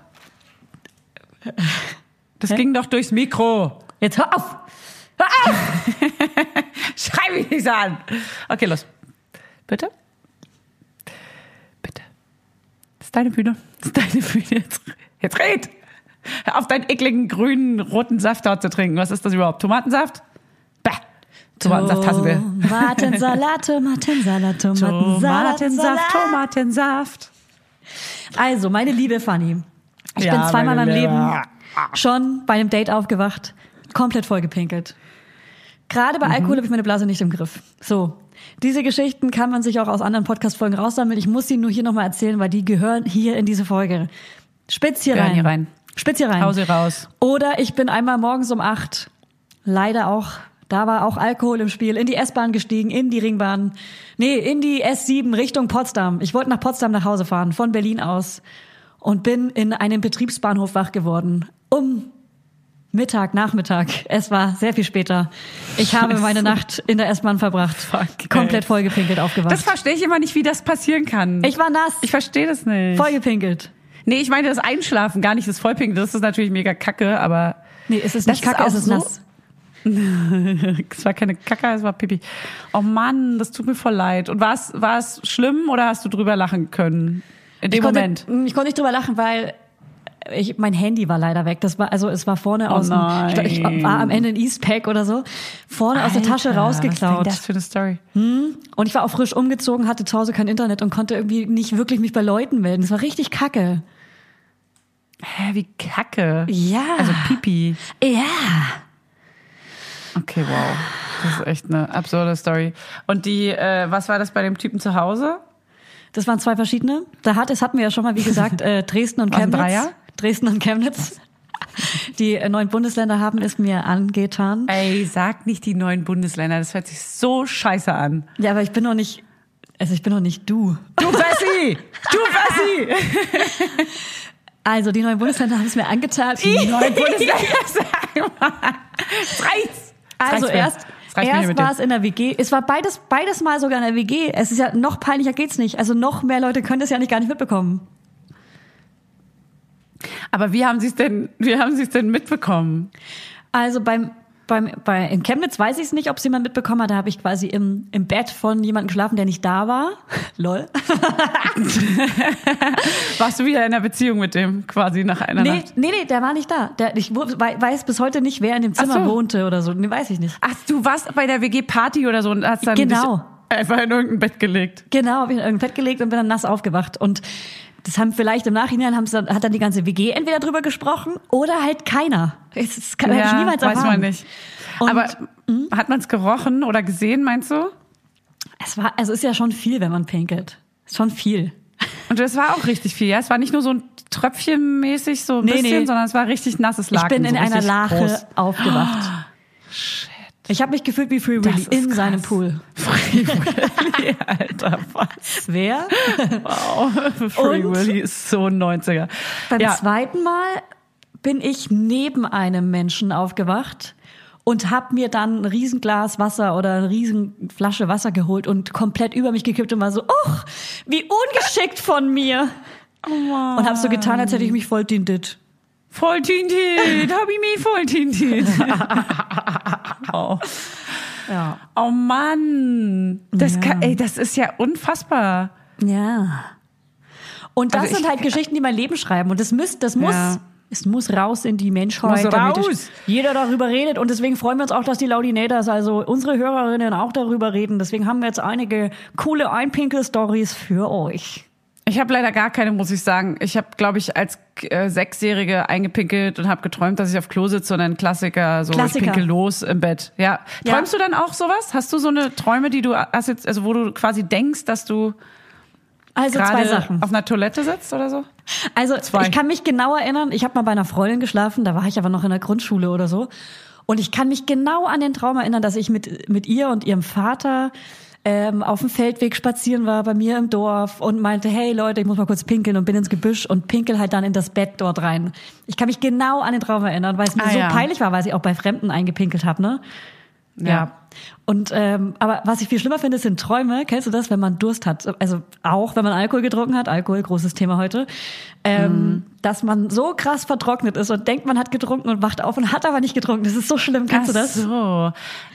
Das ging doch durchs Mikro. Jetzt hör auf! Hör auf! Schrei mich nicht so an. Okay, los. Bitte? Bitte. Das ist deine Bühne. Jetzt red! Hör auf, deinen ekligen grünen, roten Saft dort zu trinken. Was ist das überhaupt? Tomatensaft? Bäh. Tomatensaft hassen wir. Tomatensalat. Tomatensaft. Also, meine liebe Fanny. Ich bin zweimal in meinem Leben schon bei einem Date aufgewacht, komplett vollgepinkelt. Gerade bei Alkohol habe ich meine Blase nicht im Griff. So, diese Geschichten kann man sich auch aus anderen Podcast-Folgen raussammeln. Ich muss sie nur hier nochmal erzählen, weil die gehören hier in diese Folge. Spitz hier rein. Spitz hier rein. Hause raus. Oder ich bin einmal morgens um 8, leider auch, da war auch Alkohol im Spiel, in die S-Bahn gestiegen, in die Ringbahn. In die S7 Richtung Potsdam. Ich wollte nach Potsdam nach Hause fahren, von Berlin aus. Und bin in einem Betriebsbahnhof wach geworden. Nachmittag. Es war sehr viel später. Ich habe meine Nacht in der S-Bahn verbracht. Komplett vollgepinkelt aufgewacht. Das verstehe ich immer nicht, wie das passieren kann. Ich war nass. Ich verstehe das nicht. Vollgepinkelt. Nee, ich meine das Einschlafen, gar nicht das Vollpinkeln. Das ist natürlich mega kacke, aber... Nee, es ist nicht kacke, es ist nass. Es war keine Kacke, es war Pipi. Oh Mann, das tut mir voll leid. Und war es schlimm oder hast du drüber lachen können? In dem Moment? Ich konnte nicht drüber lachen, weil mein Handy war leider weg. Es war vorne aus dem, ich war am Ende in Eastpack oder so, vorne aus der Tasche rausgeklaut. Was ist denn das für eine Story? Und ich war auch frisch umgezogen, hatte zu Hause kein Internet und konnte irgendwie nicht wirklich mich bei Leuten melden. Das war richtig kacke. Hä, wie kacke? Ja. Also Pipi. Ja. Okay, wow. Das ist echt eine absurde Story. Und was war das bei dem Typen zu Hause? Das waren 2 verschiedene. Das hatten wir ja schon mal, wie gesagt, Dresden und Chemnitz. Dreier? Dresden und Chemnitz. Die 9 Bundesländer haben es mir angetan. Ey, sag nicht die 9 Bundesländer, das hört sich so scheiße an. Ja, aber ich bin doch nicht du. Du Bessi! Du Bessi! Also, die 9 Bundesländer haben es mir angetan. Die 9 Bundesländer, sag mal. Das reicht's. Also erst war es in der WG. Es war beides mal sogar in der WG. Es ist ja noch peinlicher geht's nicht. Also noch mehr Leute können das ja gar nicht mitbekommen. Aber wie haben Sie es denn mitbekommen? Also in Chemnitz weiß ich es nicht, ob sie mal mitbekommen hat. Da habe ich quasi im Bett von jemandem geschlafen, der nicht da war. Lol. Warst du wieder in einer Beziehung mit dem quasi nach einer Nacht? Nee, der war nicht da. Ich weiß bis heute nicht, wer in dem Zimmer wohnte oder so. Nee, weiß ich nicht. Ach, du warst bei der WG-Party oder so und hast dann dich einfach in irgendein Bett gelegt. Genau, habe ich in irgendein Bett gelegt und bin dann nass aufgewacht. Und das haben vielleicht im Nachhinein hat dann die ganze WG entweder drüber gesprochen oder halt keiner. Das kann ich niemals erfahren. Weiß man nicht. Und, aber hat man es gerochen oder gesehen, meinst du? Es ist ja schon viel, wenn man pinkelt. Ist schon viel. Und das war auch richtig viel, ja? Es war nicht nur so ein Tröpfchenmäßig, so ein bisschen, sondern es war richtig nasses Laken. Ich bin in so einer Lache groß aufgewacht. Shit. Ich habe mich gefühlt wie Free Willy in seinem Pool. Free Willy, Alter, was? Wer? Wow, Free Willy ist so ein 90er. Beim zweiten Mal bin ich neben einem Menschen aufgewacht und habe mir dann ein Riesenglas Wasser oder eine Riesenflasche Wasser geholt und komplett über mich gekippt und war so, och, wie ungeschickt von mir. Oh Mann. Und habe so getan, als hätte ich mich voll tintet. Voll tintet, hab ich mich voll tintet. Oh. Ja. Oh Mann, das ist ja unfassbar. Ja. Und das sind halt Geschichten, die mein Leben schreiben. Und es muss raus in die Menschheit. Muss raus. Jeder darüber redet. Und deswegen freuen wir uns auch, dass die Laudinators, also unsere Hörerinnen, auch darüber reden. Deswegen haben wir jetzt einige coole Einpinkel-Stories für euch. Ich habe leider gar keine, muss ich sagen. Ich habe, glaube ich, als 6-Jährige eingepinkelt und habe geträumt, dass ich auf Klo sitze und ein Klassiker. Ich pinkel los im Bett. Ja. Träumst du dann auch sowas? Hast du so eine Träume, die du hast jetzt, also wo du quasi denkst, dass du zwei Sachen auf einer Toilette sitzt oder so? Also ich kann mich genau erinnern, ich habe mal bei einer Freundin geschlafen, da war ich aber noch in der Grundschule oder so. Und ich kann mich genau an den Traum erinnern, dass ich mit ihr und ihrem Vater auf dem Feldweg spazieren war bei mir im Dorf und meinte, hey Leute, ich muss mal kurz pinkeln und bin ins Gebüsch und pinkel halt dann in das Bett dort rein. Ich kann mich genau an den Traum erinnern, weil es mir so peinlich war, weil ich auch bei Fremden eingepinkelt habe, ne? Ja. Und aber was ich viel schlimmer finde, sind Träume. Kennst du das, wenn man Durst hat? Also auch, wenn man Alkohol getrunken hat. Alkohol, großes Thema heute. Dass man so krass vertrocknet ist und denkt, man hat getrunken und wacht auf und hat aber nicht getrunken. Das ist so schlimm. Kennst du das? So.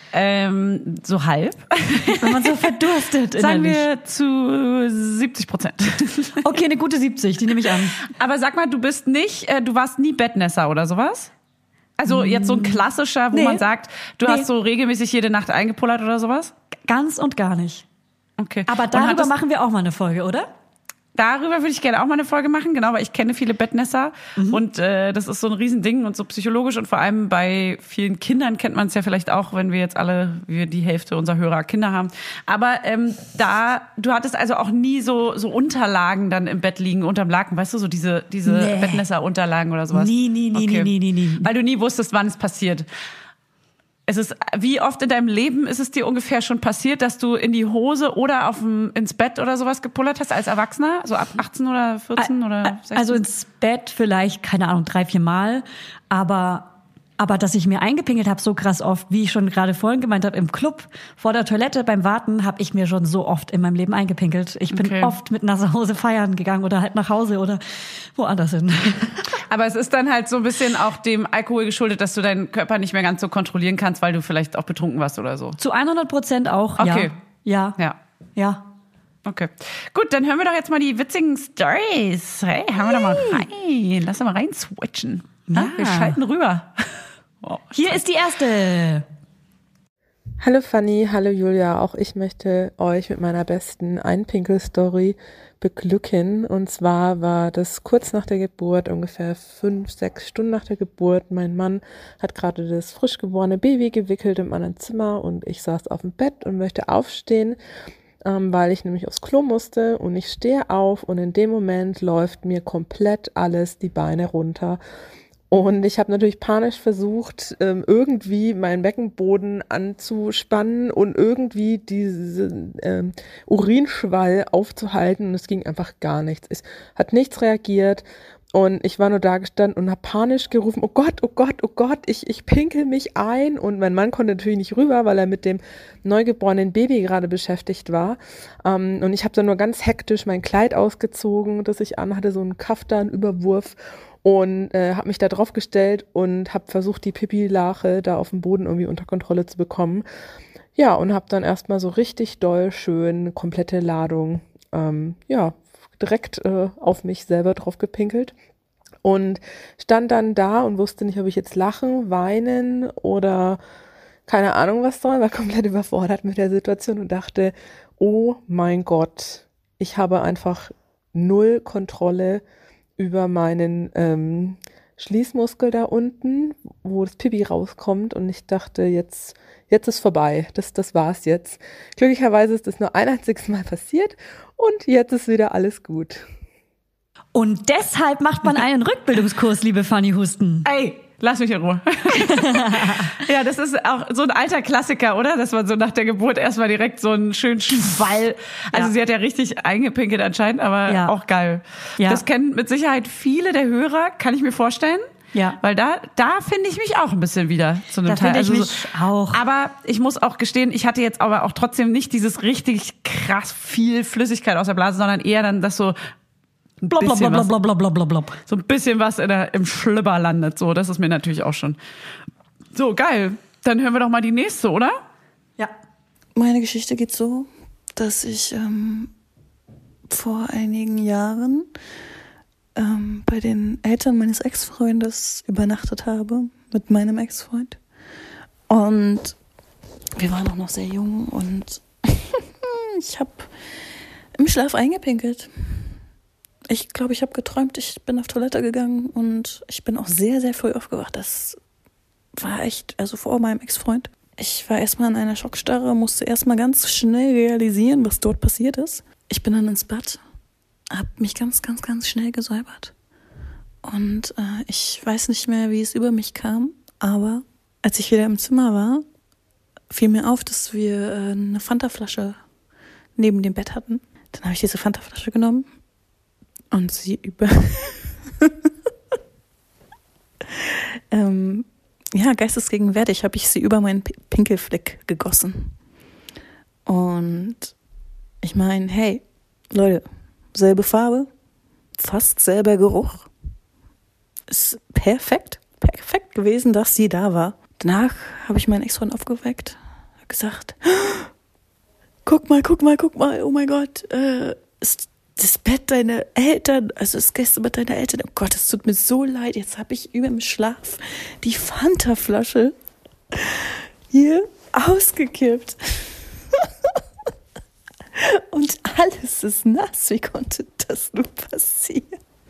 So halb. Wenn man so verdurstet Sagen innerlich. wir zu 70%. Okay, eine gute 70, die nehme ich an. Aber sag mal, du warst nie Bettnässer oder sowas? Also jetzt so ein klassischer, wo Nee. man sagt, du hast so regelmäßig jede Nacht eingepullert oder sowas? Ganz und gar nicht. Okay. Aber Und darüber machen wir auch mal eine Folge, oder? Darüber würde ich gerne auch mal eine Folge machen, genau, weil ich kenne viele Bettnässer und das ist so ein Riesending und so psychologisch und vor allem bei vielen Kindern kennt man es ja vielleicht auch, wenn wir die Hälfte unserer Hörer Kinder haben. Aber du hattest also auch nie so Unterlagen dann im Bett liegen, unterm Laken, weißt du, so diese Nee. Bettnässer-Unterlagen oder sowas? Nie. Weil du nie wusstest, wann es passiert. Wie oft in deinem Leben ist es dir ungefähr schon passiert, dass du in die Hose oder ins Bett oder sowas gepullert hast als Erwachsener? So ab 18 oder 14 oder 16? Also ins Bett vielleicht, keine Ahnung, 3-4 Mal. Aber dass ich mir eingepinkelt habe, so krass oft, wie ich schon gerade vorhin gemeint habe, im Club, vor der Toilette, beim Warten, habe ich mir schon so oft in meinem Leben eingepinkelt. Ich bin oft mit nasser Hose feiern gegangen oder halt nach Hause oder woanders hin. Aber es ist dann halt so ein bisschen auch dem Alkohol geschuldet, dass du deinen Körper nicht mehr ganz so kontrollieren kannst, weil du vielleicht auch betrunken warst oder so. Zu 100% auch, Okay. Ja. Okay. Gut, dann hören wir doch jetzt mal die witzigen Stories. Hey, hören wir doch mal rein. Lass doch mal rein switchen. Ja. Wir schalten rüber. Oh, Hier ist die erste. Hallo Fanny, hallo Julia, auch ich möchte euch mit meiner besten Einpinkel-Story beglücken. Und zwar war das kurz nach der Geburt, ungefähr 5-6 Stunden nach der Geburt. Mein Mann hat gerade das frisch geborene Baby gewickelt im anderen Zimmer und ich saß auf dem Bett und möchte aufstehen, weil ich nämlich aufs Klo musste, und ich stehe auf und in dem Moment läuft mir komplett alles die Beine runter. Und ich habe natürlich panisch versucht, irgendwie meinen Beckenboden anzuspannen und irgendwie diesen Urinschwall aufzuhalten. Und es ging einfach gar nichts. Es hat nichts reagiert. Und ich war nur da gestanden und habe panisch gerufen, oh Gott, oh Gott, oh Gott, ich pinkel mich ein. Und mein Mann konnte natürlich nicht rüber, weil er mit dem neugeborenen Baby gerade beschäftigt war. Und ich habe dann nur ganz hektisch mein Kleid ausgezogen, das ich anhatte, so einen Kaftan-Überwurf. Und habe mich da drauf gestellt und habe versucht, die Pipi-Lache da auf dem Boden irgendwie unter Kontrolle zu bekommen. Ja, und habe dann erstmal so richtig doll schön komplette Ladung direkt auf mich selber drauf gepinkelt. Und stand dann da und wusste nicht, ob ich jetzt lachen, weinen oder keine Ahnung was soll, war komplett überfordert mit der Situation und dachte, oh mein Gott, ich habe einfach null Kontrolle über meinen Schließmuskel da unten, wo das Pipi rauskommt, und ich dachte, jetzt ist vorbei, das war's jetzt. Glücklicherweise ist das nur ein einziges Mal passiert und jetzt ist wieder alles gut. Und deshalb macht man einen Rückbildungskurs, liebe Fanny Husten. Ey, lass mich in Ruhe. Ja, das ist auch so ein alter Klassiker, oder? Dass man so nach der Geburt erstmal direkt so einen schönen Schwall. Also sie hat ja richtig eingepinkelt anscheinend, aber auch geil. Ja. Das kennen mit Sicherheit viele der Hörer, kann ich mir vorstellen. Ja. Weil da finde ich mich auch ein bisschen wieder zu einem Da Teil. finde ich mich auch. Aber ich muss auch gestehen, ich hatte jetzt aber auch trotzdem nicht dieses richtig krass viel Flüssigkeit aus der Blase, sondern eher dann das so Blub, blub, blub, blub, blub, blub, blub, blub. so ein bisschen was im Schlüpper landet. So, das ist mir natürlich auch schon. So, geil. Dann hören wir doch mal die nächste, oder? Ja. Meine Geschichte geht so, dass ich vor einigen Jahren bei den Eltern meines Ex-Freundes übernachtet habe, mit meinem Ex-Freund. Und wir waren auch noch sehr jung und ich habe im Schlaf eingepinkelt. Ich glaube, ich habe geträumt, ich bin auf Toilette gegangen und ich bin auch sehr, sehr früh aufgewacht. Das war echt, also vor meinem Ex-Freund. Ich war erstmal in einer Schockstarre, musste erstmal ganz schnell realisieren, was dort passiert ist. Ich bin dann ins Bad, habe mich ganz, ganz, ganz schnell gesäubert. Und ich weiß nicht mehr, wie es über mich kam, aber als ich wieder im Zimmer war, fiel mir auf, dass wir eine Fanta-Flasche neben dem Bett hatten. Dann habe ich diese Fanta-Flasche genommen und sie geistesgegenwärtig habe ich sie über meinen Pinkelfleck gegossen. Und ich meine, hey, Leute, selbe Farbe, fast selber Geruch. Ist perfekt gewesen, dass sie da war. Danach habe ich meinen Ex-Freund aufgeweckt, habe gesagt, guck mal, oh mein Gott, ist das Bett deiner Eltern, also das Gästebett deiner Eltern, oh Gott, es tut mir so leid, jetzt habe ich über dem Schlaf die Fanta-Flasche hier ausgekippt. Und alles ist nass, wie konnte das nur passieren?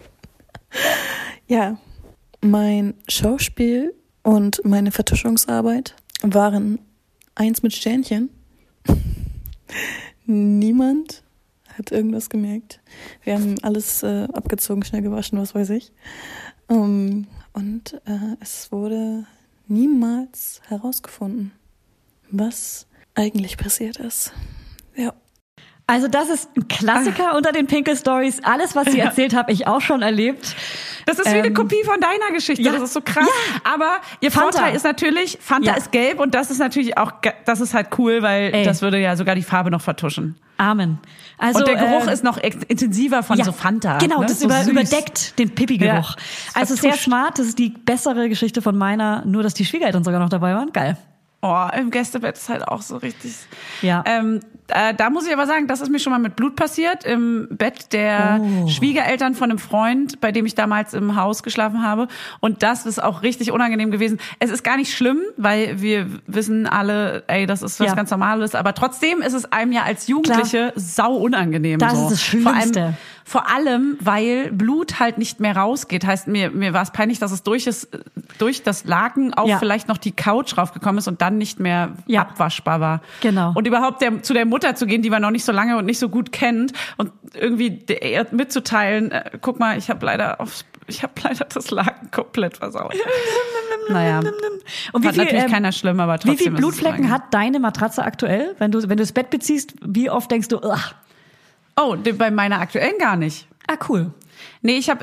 Ja, mein Schauspiel und meine Vertuschungsarbeit waren 1 mit Sternchen. Niemand hat irgendwas gemerkt. Wir haben alles abgezogen, schnell gewaschen, was weiß ich. Und es wurde niemals herausgefunden, was eigentlich passiert ist. Ja. Also das ist ein Klassiker unter den Pinkel-Stories. Alles, was sie erzählt, habe ich auch schon erlebt. Das ist wie eine Kopie von deiner Geschichte. Ja. Das ist so krass. Ja. Aber ihr Fanta. Vorteil ist natürlich, Fanta ist gelb und das ist natürlich auch, das ist halt cool, weil das würde ja sogar die Farbe noch vertuschen. Amen. Also, und der Geruch ist noch intensiver von so Fanta. Genau, ne? das so überdeckt den Pipi-Geruch. Ja, also sehr smart. Das ist die bessere Geschichte von meiner, nur dass die Schwiegereltern sogar noch dabei waren. Geil. Oh, im Gästebett ist halt auch so richtig. Ja. Da muss ich aber sagen, das ist mir schon mal mit Blut passiert. Im Bett der Schwiegereltern von einem Freund, bei dem ich damals im Haus geschlafen habe. Und das ist auch richtig unangenehm gewesen. Es ist gar nicht schlimm, weil wir wissen alle, das ist was ganz Normales. Aber trotzdem ist es einem ja als Jugendliche sau unangenehm. Das ist das Schlimmste. Vor allem, weil Blut halt nicht mehr rausgeht. Heißt, mir war es peinlich, dass es durch das Laken auf vielleicht noch die Couch raufgekommen ist und dann nicht mehr abwaschbar war. Genau. Und überhaupt zu der Mutter zu gehen, die man noch nicht so lange und nicht so gut kennt und irgendwie mitzuteilen, guck mal, ich habe leider das Laken komplett versaut. Naja. Und hat natürlich keiner schlimm, aber trotzdem. Wie viele Blutflecken hat deine Matratze aktuell? Wenn du das Bett beziehst, wie oft denkst du, ugh. Oh, bei meiner aktuellen gar nicht. Ah, cool. Nee, ich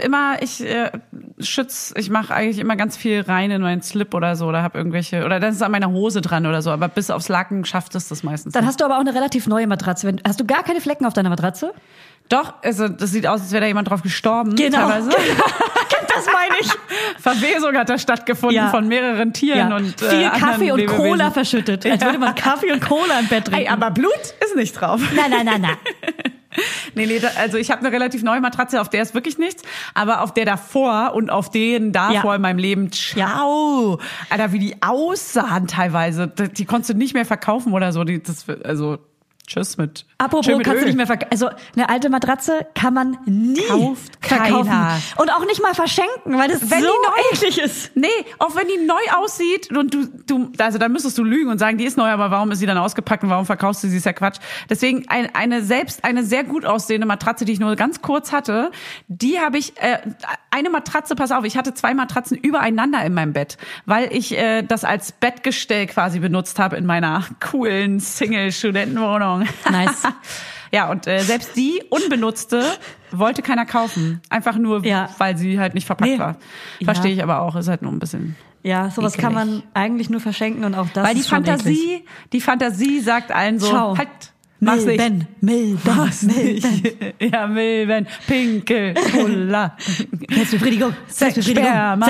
mache eigentlich immer ganz viel rein in meinen Slip oder so, oder habe irgendwelche, oder dann ist an meiner Hose dran oder so, aber bis aufs Laken schafft es das meistens. Dann hast du aber auch eine relativ neue Matratze. Hast du gar keine Flecken auf deiner Matratze? Doch, also das sieht aus, als wäre da jemand drauf gestorben. Genau. Teilweise. Das meine ich. Verwesung hat da stattgefunden von mehreren Tieren und viel Kaffee und Lebewesen. Cola verschüttet. Als würde man Kaffee und Cola im Bett trinken. Ey, aber Blut ist nicht drauf. Nein. Nee, also ich habe eine relativ neue Matratze, auf der ist wirklich nichts, aber auf der davor und auf denen davor in meinem Leben, ciao. Alter, wie die aussahen teilweise, die konntest du nicht mehr verkaufen oder so, tschüss mit. Apropos, kannst du nicht mehr verkaufen. Also eine alte Matratze kann man nie verkaufen. Keiner. Und auch nicht mal verschenken, weil das so eklig ist. Nee, auch wenn die neu aussieht und also dann müsstest du lügen und sagen, die ist neu, aber warum ist sie dann ausgepackt und warum verkaufst du sie? Ist ja Quatsch. Deswegen eine sehr gut aussehende Matratze, die ich nur ganz kurz hatte, die habe ich, eine Matratze, pass auf, ich hatte 2 Matratzen übereinander in meinem Bett, weil ich das als Bettgestell quasi benutzt habe in meiner coolen Single-Studentenwohnung. Nice. Ja, und selbst die unbenutzte wollte keiner kaufen. Einfach nur, weil sie halt nicht verpackt war. Verstehe ich aber auch, ist halt nur ein bisschen. Ja, sowas ekelig. kann man eigentlich nur verschenken und auch das weil ist schon eklig. Die Fantasie sagt allen so, Schau. halt, mach's nicht. Mach's nicht. Ja, Milben, Pinkel, Cola. Selbstbefriedigung. Sperma.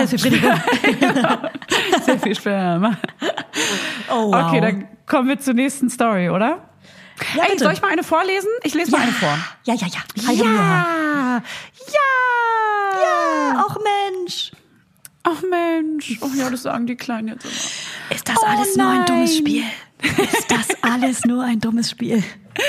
Sehr viel Sperma. Oh, wow. Okay, dann kommen wir zur nächsten Story, oder? Ja, Ey, bitte. soll ich mal eine vorlesen? Ich lese mal eine vor. Ja. Ja. Ach Mensch. Ach Mensch. Oh ja, das sagen die Kleinen jetzt immer. Ist das alles nur ein dummes Spiel? Ist das alles nur ein dummes Spiel?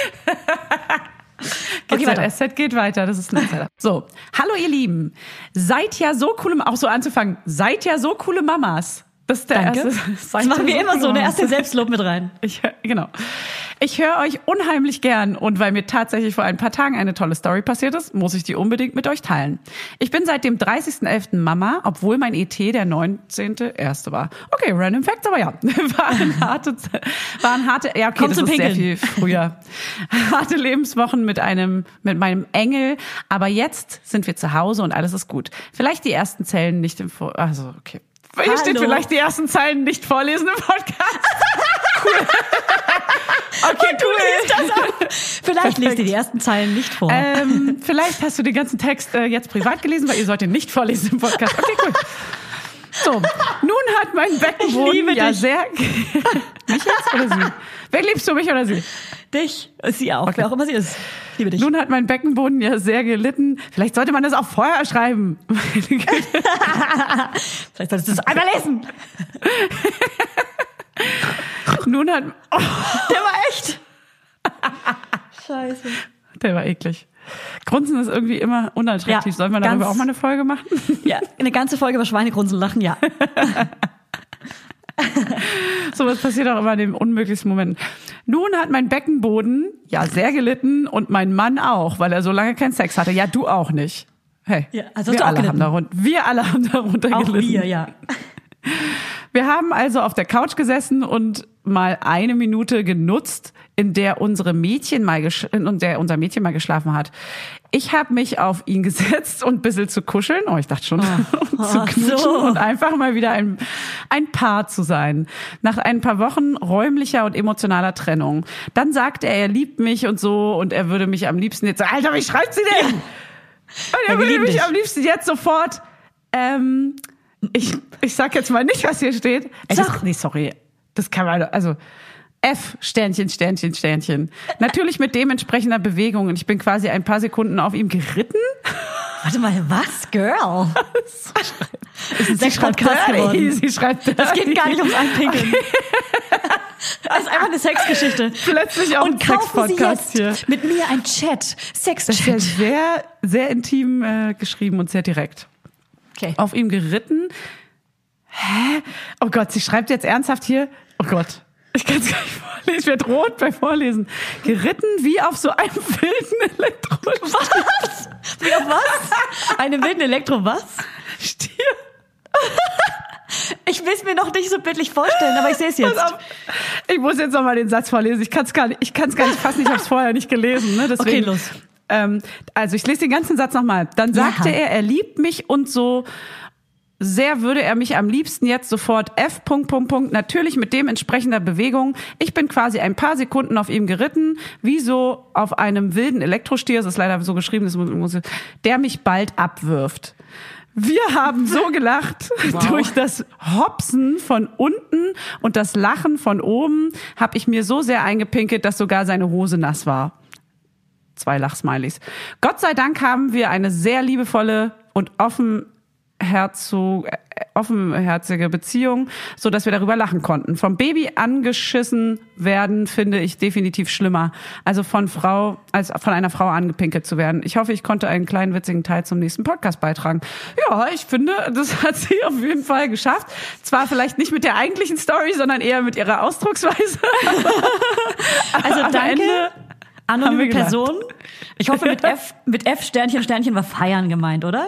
Okay, GZSZ geht weiter, das ist ein Insider. So, hallo ihr Lieben. Seid ja so coole, auch so anzufangen, seid ja so coole Mamas. Das ist der Danke. erste. Das machen wir immer so, der erste Selbstlob mit rein. Genau. Ich höre euch unheimlich gern und weil mir tatsächlich vor ein paar Tagen eine tolle Story passiert ist, muss ich die unbedingt mit euch teilen. Ich bin seit dem 30.11. Mama, obwohl mein ET der 19.1. war. Okay, Random Facts, aber ja. Waren harte, ja okay, Komm das zum ist sehr Pinkeln. viel früher. Harte Lebenswochen mit meinem Engel, aber jetzt sind wir zu Hause und alles ist gut. Vielleicht die ersten Zellen nicht okay. Hier steht vielleicht die ersten Zeilen nicht vorlesen im Podcast. Cool. Okay, du liest das ab. Vielleicht liest ihr die ersten Zeilen nicht vor. Vielleicht hast du den ganzen Text jetzt privat gelesen, weil ihr sollt ihn nicht vorlesen im Podcast. Okay, cool. So, nun hat mein Beckenboden ja sehr... Mich jetzt oder sie? Wen liebst du, mich oder sie? Dich, sie auch, wer auch immer sie ist. Ich liebe dich. Nun hat mein Beckenboden ja sehr gelitten. Vielleicht sollte man das auch vorher schreiben. Vielleicht solltest du es einmal lesen. Nun hat... Oh, der war echt. Scheiße. Der war eklig. Grunzen ist irgendwie immer unattraktiv. Ja, sollen wir darüber auch mal eine Folge machen? Ja, eine ganze Folge über Schweinegrunzen lachen, ja. So was passiert auch immer in den unmöglichsten Momenten. Nun hat mein Beckenboden ja sehr gelitten und mein Mann auch, weil er so lange keinen Sex hatte. Ja, du auch nicht. Hey, ja, also wir alle haben darunter auch gelitten. Wir, ja. Wir haben also auf der Couch gesessen und mal eine Minute genutzt, in der unser Mädchen mal geschlafen hat. Ich habe mich auf ihn gesetzt und ein bisschen zu kuscheln. Oh, ich dachte schon, zu knutschen und einfach mal wieder ein Paar zu sein. Nach ein paar Wochen räumlicher und emotionaler Trennung. Dann sagte er liebt mich und so und er würde mich am liebsten jetzt sagen, Alter, wie schreibt sie denn? Ja. Und er würde mich am liebsten jetzt sofort, ich sag jetzt mal nicht, was hier steht. Sorry. Das kann man, also F, Sternchen, Sternchen, Sternchen. Natürlich mit dementsprechender Bewegung. Und ich bin quasi ein paar Sekunden auf ihm geritten. Warte mal, was? Girl? Ist ein Sex-Podcast geworden. Sie schreibt dirty. Das geht gar nicht ums Einpinkeln. Das ist einfach eine Sexgeschichte. Plötzlich auch ein Sex-Podcast hier. Mit mir ein Chat. Sex-Chat. Das ist ja sehr, sehr intim geschrieben und sehr direkt. Okay. Auf ihm geritten. Hä? Oh Gott, sie schreibt jetzt ernsthaft hier. Oh Gott. Ich kann es gar nicht vorlesen. Ich werde rot bei Vorlesen. Geritten wie auf so einem wilden Elektrostier. Was? Wie auf was? Einem wilden Elektro-was? Stier. Ich will es mir noch nicht so bildlich vorstellen, aber ich sehe es jetzt. Ich muss jetzt noch mal den Satz vorlesen. Ich kann es gar nicht fassen. Ich habe es vorher nicht gelesen. Ne? Deswegen, okay, los. Also ich lese den ganzen Satz nochmal. Dann sagte er liebt mich und so sehr würde er mich am liebsten jetzt sofort F. Natürlich mit dementsprechender Bewegung. Ich bin quasi ein paar Sekunden auf ihm geritten, wie so auf einem wilden Elektrostier, das ist leider so geschrieben, der mich bald abwirft. Wir haben so gelacht, durch das Hopsen von unten und das Lachen von oben habe ich mir so sehr eingepinkelt, dass sogar seine Hose nass war. 2 Lachsmilies. Gott sei Dank haben wir eine sehr liebevolle und offenherzige Beziehung, so dass wir darüber lachen konnten. Vom Baby angeschissen werden, finde ich definitiv schlimmer. Also von einer Frau angepinkelt zu werden. Ich hoffe, ich konnte einen kleinen witzigen Teil zum nächsten Podcast beitragen. Ja, ich finde, das hat sie auf jeden Fall geschafft. Zwar vielleicht nicht mit der eigentlichen Story, sondern eher mit ihrer Ausdrucksweise. Also danke, anonyme Person. Ich hoffe, mit F Sternchen, Sternchen war feiern gemeint, oder?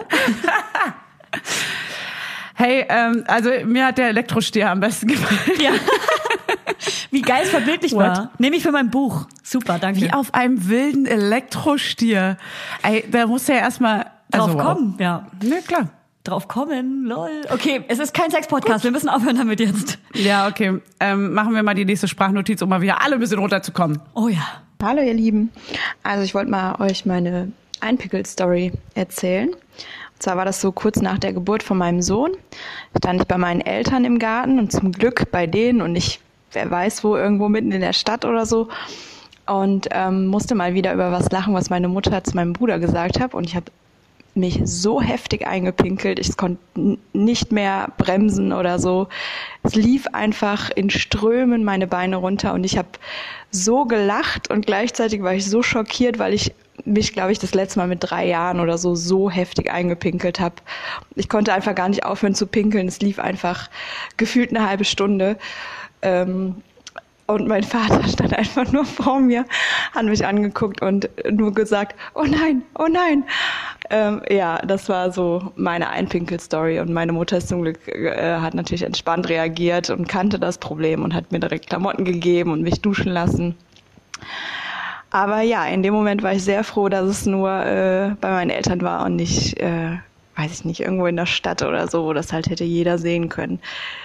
Hey, also mir hat der Elektrostier am besten gefallen. Ja. Wie geil es verbildlich war. Nehme ich für mein Buch. Super, danke. Wie auf einem wilden Elektrostier. Ey, da musst du ja erstmal drauf kommen. Ja. Ja, klar. Drauf kommen, lol. Okay, es ist kein Sex-Podcast. Wir müssen aufhören damit jetzt. Ja, okay. Machen wir mal die nächste Sprachnotiz, um mal wieder alle ein bisschen runterzukommen. Oh ja. Hallo ihr Lieben. Also ich wollte mal euch meine Einpickel-Story erzählen. Und zwar war das so kurz nach der Geburt von meinem Sohn. Stand ich bei meinen Eltern im Garten und zum Glück bei denen und nicht, wer weiß wo, irgendwo mitten in der Stadt oder so. Und musste mal wieder über was lachen, was meine Mutter zu meinem Bruder gesagt hat. Und ich habe mich so heftig eingepinkelt, ich konnte nicht mehr bremsen oder so. Es lief einfach in Strömen meine Beine runter und ich habe so gelacht und gleichzeitig war ich so schockiert, weil ich mich, glaube ich, das letzte Mal mit 3 Jahren oder so heftig eingepinkelt habe. Ich konnte einfach gar nicht aufhören zu pinkeln. Es lief einfach gefühlt eine halbe Stunde. Und mein Vater stand einfach nur vor mir, hat mich angeguckt und nur gesagt, oh nein, oh nein. Ja, das war so meine Einpinkel-Story. Und meine Mutter ist zum Glück, hat natürlich entspannt reagiert und kannte das Problem und hat mir direkt Klamotten gegeben und mich duschen lassen. Aber ja, in dem Moment war ich sehr froh, dass es nur bei meinen Eltern war und nicht weiß ich nicht, irgendwo in der Stadt oder so, wo das halt hätte jeder sehen können.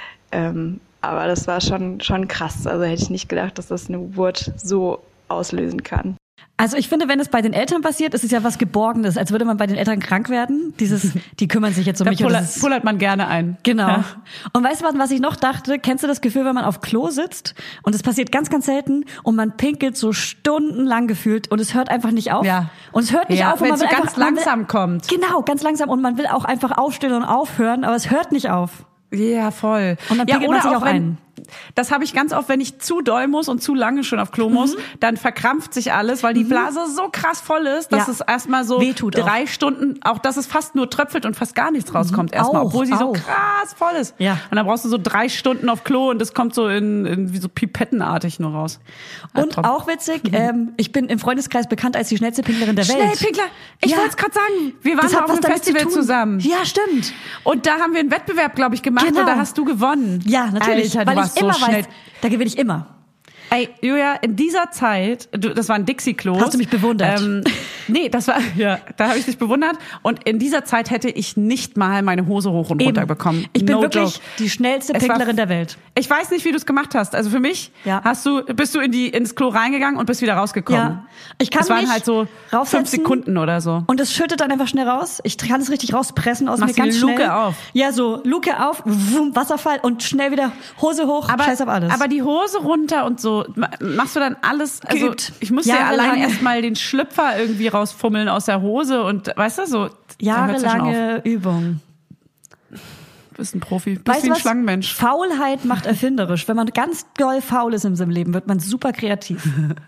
Aber das war schon krass. Also hätte ich nicht gedacht, dass das eine Geburt so auslösen kann. Also ich finde, wenn es bei den Eltern passiert, ist es ja was Geborgenes, als würde man bei den Eltern krank werden. Die kümmern sich jetzt um mich. Da pullert man gerne ein. Genau. Ja. Und weißt du, was ich noch dachte? Kennst du das Gefühl, wenn man auf Klo sitzt und es passiert ganz, ganz selten und man pinkelt so stundenlang gefühlt und es hört einfach nicht auf? Ja. Und es hört nicht auf. Wenn und es so ganz langsam kommt. Genau, ganz langsam. Und man will auch einfach aufstehen und aufhören, aber es hört nicht auf. Ja, voll. Und dann pinkelt man sich auch ein. Das habe ich ganz oft, wenn ich zu doll muss und zu lange schon auf Klo muss, dann verkrampft sich alles, weil die Blase so krass voll ist, dass es erstmal so wehtut 3 Stunden, auch dass es fast nur tröpfelt und fast gar nichts rauskommt erstmal, obwohl sie so krass voll ist. Ja. Und dann brauchst du so 3 Stunden auf Klo und das kommt so in wie so pipettenartig nur raus. Und auch witzig, ich bin im Freundeskreis bekannt als die schnellste Pinklerin der Welt. Schnellpinkler! Ich wollte es gerade sagen, wir waren auf einem Festival zusammen. Ja, stimmt. Und da haben wir einen Wettbewerb, glaube ich, gemacht und da hast du gewonnen. Ja, natürlich. Alter, weil du warst ich immer so schnell. weiß, da gewinne ich immer. Ey, Julia, in dieser Zeit, das war ein Dixie-Klo. Hast du mich bewundert? Nee, da habe ich dich bewundert. Und in dieser Zeit hätte ich nicht mal meine Hose hoch und runter bekommen. Ich bin wirklich die schnellste Pinklerin der Welt. Ich weiß nicht, wie du es gemacht hast. Also für mich bist du ins Klo reingegangen und bist wieder rausgekommen. Ja. Ich kann das waren mich halt so 5 Sekunden oder so. Und es schüttet dann einfach schnell raus. Ich kann es richtig rauspressen aus mir ganz die schnell. Luke auf. Ja, so Luke auf, Wasserfall und schnell wieder Hose hoch, scheiß auf alles. Aber die Hose runter und so, machst du dann alles, also geübt. ich musste ja allein erstmal den Schlüpfer irgendwie rausfummeln aus der Hose und weißt du, so jahrelange Übung. Du bist ein Profi, bist wie ein Schlangenmensch. Faulheit macht erfinderisch. Wenn man ganz doll faul ist im Leben, wird man super kreativ.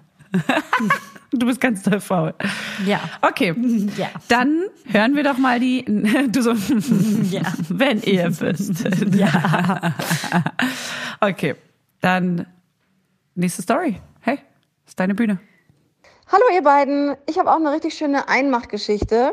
Du bist ganz doll faul. Ja. Okay. Ja. Dann hören wir doch mal du so, wenn ihr wisst. Ja. Okay. Dann nächste Story. Hey, ist deine Bühne. Hallo ihr beiden, ich habe auch eine richtig schöne Einmachgeschichte.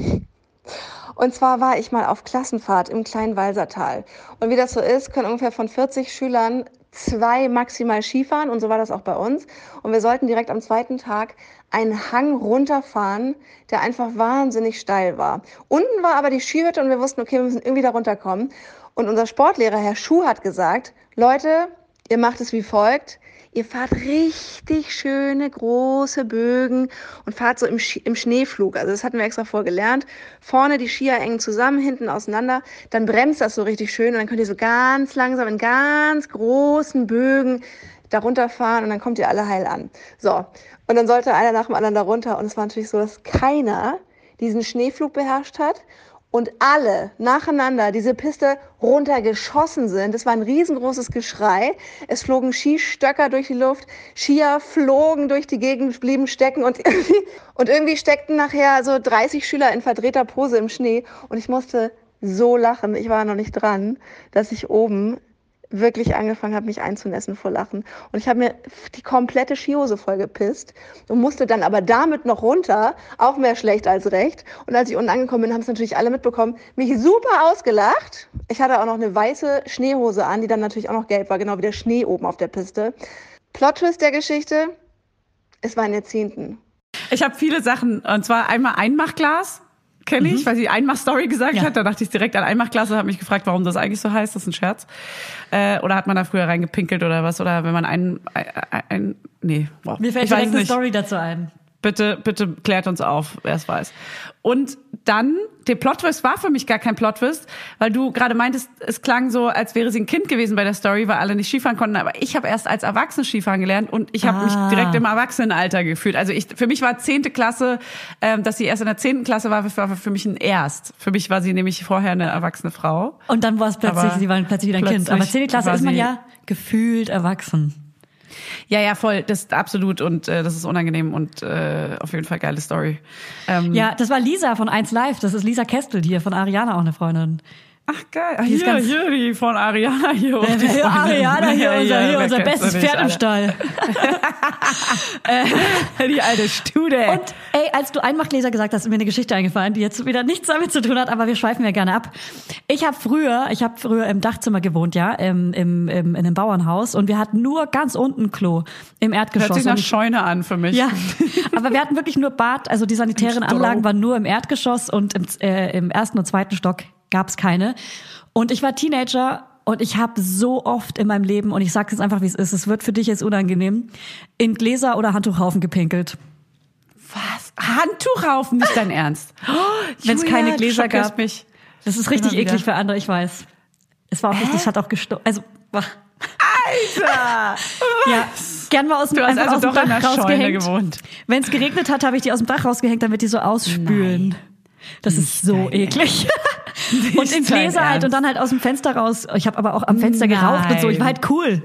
Und zwar war ich mal auf Klassenfahrt im kleinen Walsertal. Und wie das so ist, können ungefähr von 40 Schülern 2 maximal Skifahren. Und so war das auch bei uns. Und wir sollten direkt am 2. Tag einen Hang runterfahren, der einfach wahnsinnig steil war. Unten war aber die Skihütte und wir wussten, okay, wir müssen irgendwie da runterkommen. Und unser Sportlehrer, Herr Schuh, hat gesagt, Leute, ihr macht es wie folgt. Ihr fahrt richtig schöne große Bögen und fahrt so im Schneeflug. Also das hatten wir extra vorgelernt. Vorne die Skier eng zusammen, hinten auseinander. Dann bremst das so richtig schön und dann könnt ihr so ganz langsam in ganz großen Bögen da runterfahren und dann kommt ihr alle heil an. So, und dann sollte einer nach dem anderen da runter und es war natürlich so, dass keiner diesen Schneeflug beherrscht hat. Und alle nacheinander diese Piste runtergeschossen sind. Es war ein riesengroßes Geschrei. Es flogen Skistöcker durch die Luft. Skier flogen durch die Gegend, blieben stecken. Und irgendwie steckten nachher so 30 Schüler in verdrehter Pose im Schnee. Und ich musste so lachen, ich war noch nicht dran, dass ich oben wirklich angefangen habe, mich einzunässen vor Lachen. Und ich habe mir die komplette Skihose vollgepisst und musste dann aber damit noch runter, auch mehr schlecht als recht. Und als ich unten angekommen bin, haben es natürlich alle mitbekommen, mich super ausgelacht. Ich hatte auch noch eine weiße Schneehose an, die dann natürlich auch noch gelb war, genau wie der Schnee oben auf der Piste. Plot-Twist der Geschichte, es war in der 10. Ich habe viele Sachen, und zwar einmal Einmachglas. Kenne ich, weil sie Einmach-Story gesagt hat. Da dachte ich direkt an Einmachglas und habe mich gefragt, warum das eigentlich so heißt. Das ist ein Scherz. Oder hat man da früher reingepinkelt oder was? Oder wenn man nee. Wow. Mir fällt direkt eine Story dazu ein. Bitte klärt uns auf, wer es weiß. Und dann, der Plot-Twist war für mich gar kein Plot-Twist, weil du gerade meintest, es klang so, als wäre sie ein Kind gewesen bei der Story, weil alle nicht Skifahren konnten. Aber ich habe erst als Erwachsene Skifahren gelernt und ich habe mich direkt im Erwachsenenalter gefühlt. Also für mich war 10. Klasse, dass sie erst in der 10. Klasse war für mich ein Erst. Für mich war sie nämlich vorher eine erwachsene Frau. Und dann war es plötzlich, sie waren plötzlich wieder ein Kind. Aber 10. Klasse ist man ja gefühlt erwachsen. Ja, voll, das ist absolut und das ist unangenehm und auf jeden Fall geile Story. Ja, das war Lisa von 1Live, das ist Lisa Kestel hier von Ariana, auch eine Freundin. Ach geil. Hier die von Ariana hier. Ariana hier, unser bestes Pferd im Stall. Die alte Stude. Und als du Einmachgläser gesagt hast, ist mir eine Geschichte eingefallen, die jetzt wieder nichts damit zu tun hat, aber wir schweifen ja gerne ab. Ich habe früher im Dachzimmer gewohnt, ja, in einem Bauernhaus, und wir hatten nur ganz unten ein Klo im Erdgeschoss. Hört sich nach Scheune an für mich. Ja, aber wir hatten wirklich nur Bad, also die sanitären Anlagen waren nur im Erdgeschoss, und im ersten und zweiten Stock gab's keine. Und ich war Teenager und ich habe so oft in meinem Leben, und ich sage jetzt einfach, wie es ist, es wird für dich jetzt unangenehm, in Gläser oder Handtuchhaufen gepinkelt. Was? Handtuchhaufen? Nicht dein Ernst? Wenn es keine Gläser gab. Mich. Das ist richtig eklig für andere, ich weiß. Es war auch richtig, es hat auch gestochen. Also, Alter! Ja, gern mal aus dem, du hast also aus dem doch in Dach der Scheune rausgehängt. gewohnt. Wenn es geregnet hat, habe ich die aus dem Dach rausgehängt, damit die so ausspülen. Nein. Das ist so eklig. Und in Gläser halt und dann halt aus dem Fenster raus. Ich habe aber auch am Fenster geraucht und so. Ich war halt cool.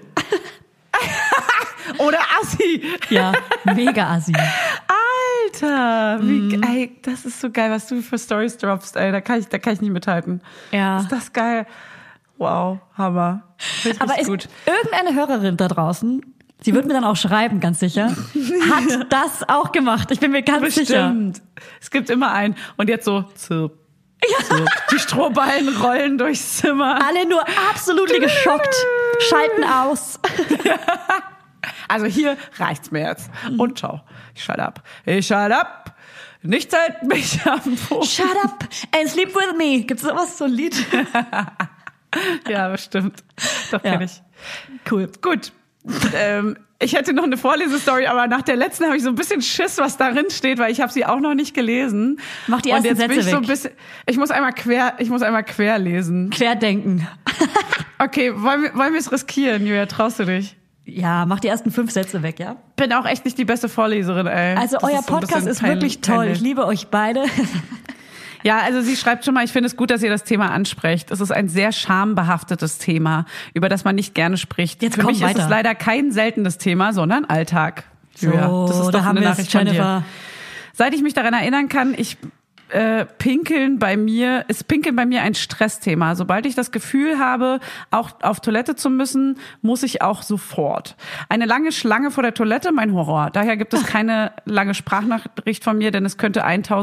Oder Assi. Ja, mega Assi. Alter, ey, das ist so geil, was du für Storys droppst, ey. Da kann ich nicht mithalten. Ja. Ist das geil? Wow, Hammer. Aber ist gut. Irgendeine Hörerin da draußen, sie wird mir dann auch schreiben, ganz sicher, hat das auch gemacht. Ich bin mir ganz sicher. Es gibt immer einen. Und jetzt so, zirp. Ja. Die Strohballen rollen durchs Zimmer. Alle nur absolut geschockt, schalten aus. Ja. Also hier reicht's mir jetzt. Und ciao. Ich schalte ab. Ich schalte ab. Nichts hält mich am Boden. Shut up and sleep with me. Gibt's sowas, so ein Lied? Ja, bestimmt. Doch, kenn ich. Cool. Gut. Ich hätte noch eine Vorlesestory, aber nach der letzten habe ich so ein bisschen Schiss, was darin steht, weil ich habe sie auch noch nicht gelesen. Mach die ersten Sätze weg. So ein bisschen, ich muss einmal quer lesen. Querdenken. Okay, wollen wir es riskieren, Julia? Traust du dich? Ja, mach die ersten 5 Sätze weg, ja? Bin auch echt nicht die beste Vorleserin, ey. Also euer Podcast ist wirklich toll. Ich liebe euch beide. Ja, also sie schreibt schon mal, ich finde es gut, dass ihr das Thema ansprecht. Es ist ein sehr schambehaftetes Thema, über das man nicht gerne spricht. Jetzt Für mich weiter. ist es leider kein seltenes Thema, sondern Alltag. Ja, das ist doch eine Nachricht von dir. Seit ich mich daran erinnern kann, Pinkeln bei mir ein Stressthema. Sobald ich das Gefühl habe, auch auf Toilette zu müssen, muss ich auch sofort. Eine lange Schlange vor der Toilette, mein Horror. Daher gibt es keine lange Sprachnachricht von mir, denn es könnte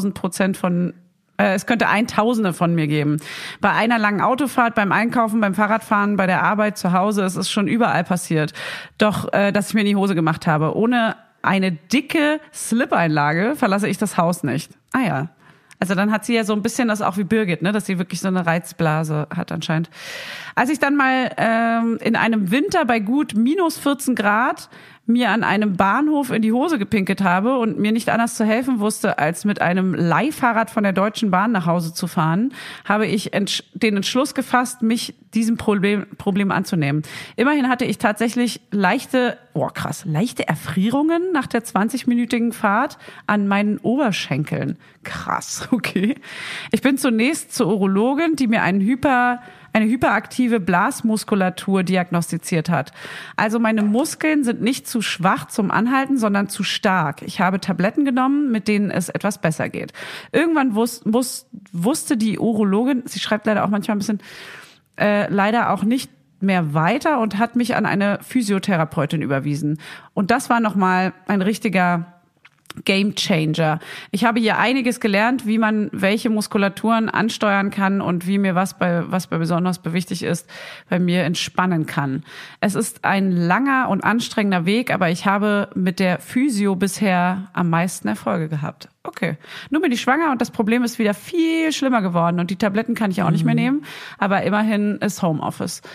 1000 von mir geben. Bei einer langen Autofahrt, beim Einkaufen, beim Fahrradfahren, bei der Arbeit, zu Hause, es ist schon überall passiert. Doch, dass ich mir in die Hose gemacht habe. Ohne eine dicke Slip-Einlage verlasse ich das Haus nicht. Ah ja. Also dann hat sie ja so ein bisschen das auch wie Birgit, ne, dass sie wirklich so eine Reizblase hat anscheinend. Als ich dann mal in einem Winter bei gut minus 14 Grad mir an einem Bahnhof in die Hose gepinkelt habe und mir nicht anders zu helfen wusste, als mit einem Leihfahrrad von der Deutschen Bahn nach Hause zu fahren, habe ich den Entschluss gefasst, mich diesem Problem anzunehmen. Immerhin hatte ich tatsächlich leichte Erfrierungen nach der 20-minütigen Fahrt an meinen Oberschenkeln. Krass, okay. Ich bin zunächst zur Urologin, die mir eine hyperaktive Blasmuskulatur diagnostiziert hat. Also meine Muskeln sind nicht zu schwach zum Anhalten, sondern zu stark. Ich habe Tabletten genommen, mit denen es etwas besser geht. Irgendwann wusste die Urologin, sie schreibt leider auch manchmal ein bisschen, leider auch nicht mehr weiter und hat mich an eine Physiotherapeutin überwiesen. Und das war nochmal ein richtiger Game Changer. Ich habe hier einiges gelernt, wie man welche Muskulaturen ansteuern kann und wie mir was bei besonders wichtig ist, bei mir entspannen kann. Es ist ein langer und anstrengender Weg, aber ich habe mit der Physio bisher am meisten Erfolge gehabt. Okay. Nun bin ich schwanger und das Problem ist wieder viel schlimmer geworden und die Tabletten kann ich auch nicht mehr nehmen, aber immerhin ist Homeoffice.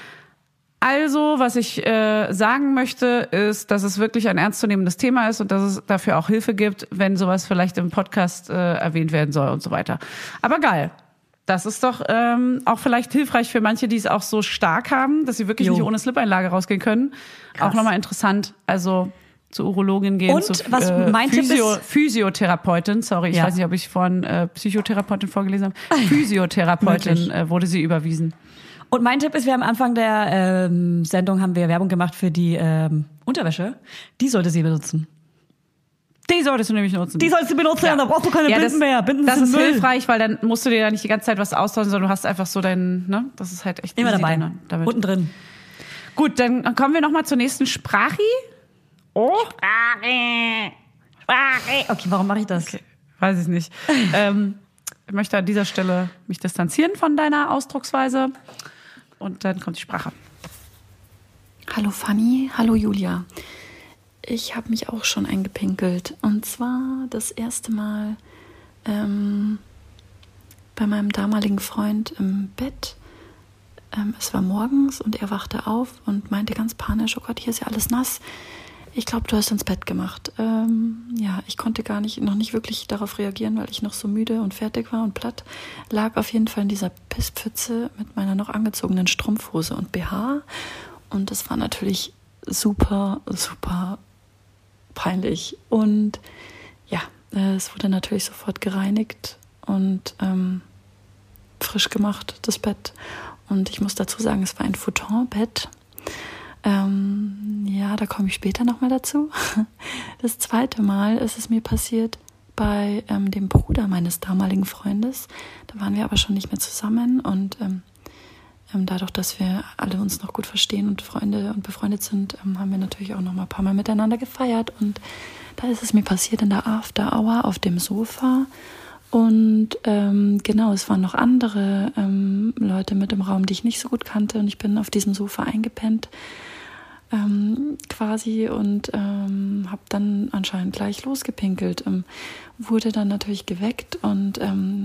Also, was ich sagen möchte, ist, dass es wirklich ein ernstzunehmendes Thema ist und dass es dafür auch Hilfe gibt, wenn sowas vielleicht im Podcast erwähnt werden soll und so weiter. Aber geil. Das ist doch auch vielleicht hilfreich für manche, die es auch so stark haben, dass sie wirklich nicht ohne Slip-Einlage rausgehen können. Krass. Auch nochmal interessant. Also zur Urologin gehen, und zu was mein Tipp ist, Physiotherapeutin, sorry, ich weiß nicht, ob ich vorhin Psychotherapeutin vorgelesen habe. Physiotherapeutin wurde sie überwiesen. Und mein Tipp ist, wir haben am Anfang der Sendung haben wir Werbung gemacht für die Unterwäsche. Die sollte sie benutzen. Die solltest du nämlich nutzen. Die sollst du benutzen, Ja. da brauchst du keine Binden mehr. Binden Das sind ist Müll. hilfreich, weil dann musst du dir da nicht die ganze Zeit was austauschen, sondern du hast einfach so deinen, das ist halt echt Immer easy dabei. dann damit. Unten drin. Gut, dann kommen wir nochmal zur nächsten Sprachi. Oh. Okay, warum mache ich das? Okay, weiß ich nicht. Ich möchte an dieser Stelle mich distanzieren von deiner Ausdrucksweise. Und dann kommt die Sprache. Hallo Fanny, hallo Julia. Ich habe mich auch schon eingepinkelt. Und zwar das erste Mal bei meinem damaligen Freund im Bett. Es war morgens und er wachte auf und meinte ganz panisch, oh Gott, hier ist ja alles nass. Ich glaube, du hast ins Bett gemacht. Ja, ich konnte noch nicht wirklich darauf reagieren, weil ich noch so müde und fertig war und platt. Lag auf jeden Fall in dieser Pisspfütze mit meiner noch angezogenen Strumpfhose und BH. Und das war natürlich super, super peinlich. Und ja, es wurde natürlich sofort gereinigt und frisch gemacht, das Bett. Und ich muss dazu sagen, es war ein Futonbett. Ja, da komme ich später nochmal dazu. Das zweite Mal ist es mir passiert bei dem Bruder meines damaligen Freundes. Da waren wir aber schon nicht mehr zusammen und dadurch, dass wir alle uns noch gut verstehen und Freunde und befreundet sind, haben wir natürlich auch noch mal ein paar Mal miteinander gefeiert. Und da ist es mir passiert in der After Hour auf dem Sofa. Und genau, es waren noch andere Leute mit im Raum, die ich nicht so gut kannte. Und ich bin auf diesem Sofa eingepennt quasi und habe dann anscheinend gleich losgepinkelt. Wurde dann natürlich geweckt und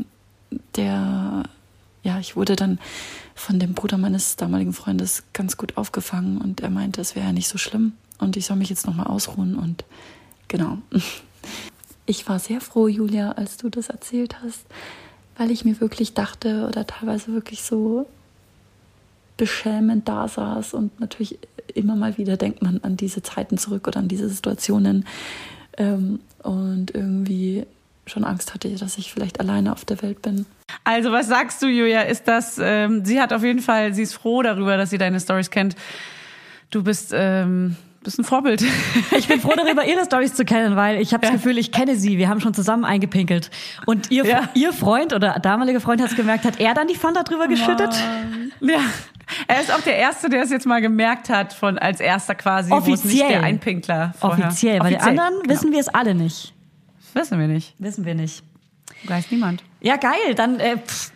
ich wurde dann von dem Bruder meines damaligen Freundes ganz gut aufgefangen und er meinte, es wäre ja nicht so schlimm und ich soll mich jetzt nochmal ausruhen und genau. Ich war sehr froh, Julia, als du das erzählt hast, weil ich mir wirklich dachte oder teilweise wirklich so beschämend da saß und natürlich immer mal wieder denkt man an diese Zeiten zurück oder an diese Situationen und irgendwie schon Angst hatte, dass ich vielleicht alleine auf der Welt bin. Also was sagst du, Julia? Ist das, sie ist froh darüber, dass sie deine Storys kennt. Du bist ein Vorbild. Ich bin froh darüber, ihre Storys zu kennen, weil ich habe das Gefühl, ich kenne sie. Wir haben schon zusammen eingepinkelt. Und ihr Freund oder damaliger Freund hat es gemerkt, hat er dann die Fanta drüber geschüttet? Ja, er ist auch der Erste, der es jetzt mal gemerkt hat, als erster quasi, wo es nicht der Einpinkler vorher. Offiziell, bei den anderen wissen wir es alle nicht. Wissen wir nicht. Wissen wir nicht. Weiß niemand. Ja, geil. Dann, würde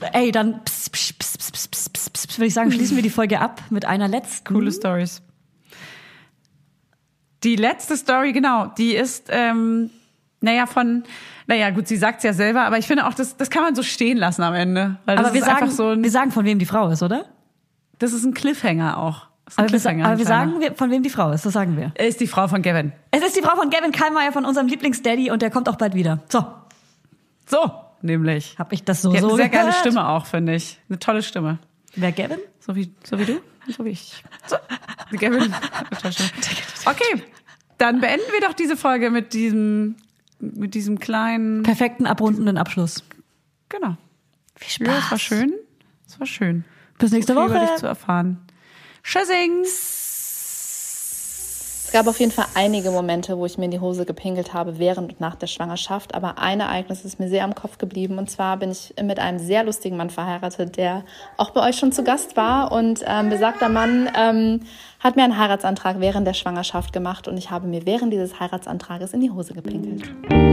ich sagen, schließen wir die Folge ab mit einer letzten. Coole Stories. Die letzte Story, genau, die ist, gut, sie sagt's ja selber, aber ich finde auch, das kann man so stehen lassen am Ende. Weil das aber wir sagen, von wem die Frau ist, oder? Das ist ein Cliffhanger auch. Aber wir sagen, von wem die Frau ist, das sagen wir. Es ist die Frau von Gavin. Es ist die Frau von Gavin Kallmeier, von unserem Lieblingsdaddy und der kommt auch bald wieder. So, nämlich. Hab ich das so die hat eine sehr gehört? geile Stimme auch, finde ich. Eine tolle Stimme. Wer, Gavin? So wie du, so wie ich. So, Gavin. Okay, dann beenden wir doch diese Folge mit diesem kleinen... perfekten, abrundenden Abschluss. Genau. Viel Spaß. Ja, es war schön. Es war schön. Bis nächste so viel Woche. über dich zu erfahren. Tschüssing. Es gab auf jeden Fall einige Momente, wo ich mir in die Hose gepinkelt habe während und nach der Schwangerschaft. Aber ein Ereignis ist mir sehr am Kopf geblieben. Und zwar bin ich mit einem sehr lustigen Mann verheiratet, der auch bei euch schon zu Gast war. Und besagter Mann hat mir einen Heiratsantrag während der Schwangerschaft gemacht. Und ich habe mir während dieses Heiratsantrages in die Hose gepinkelt.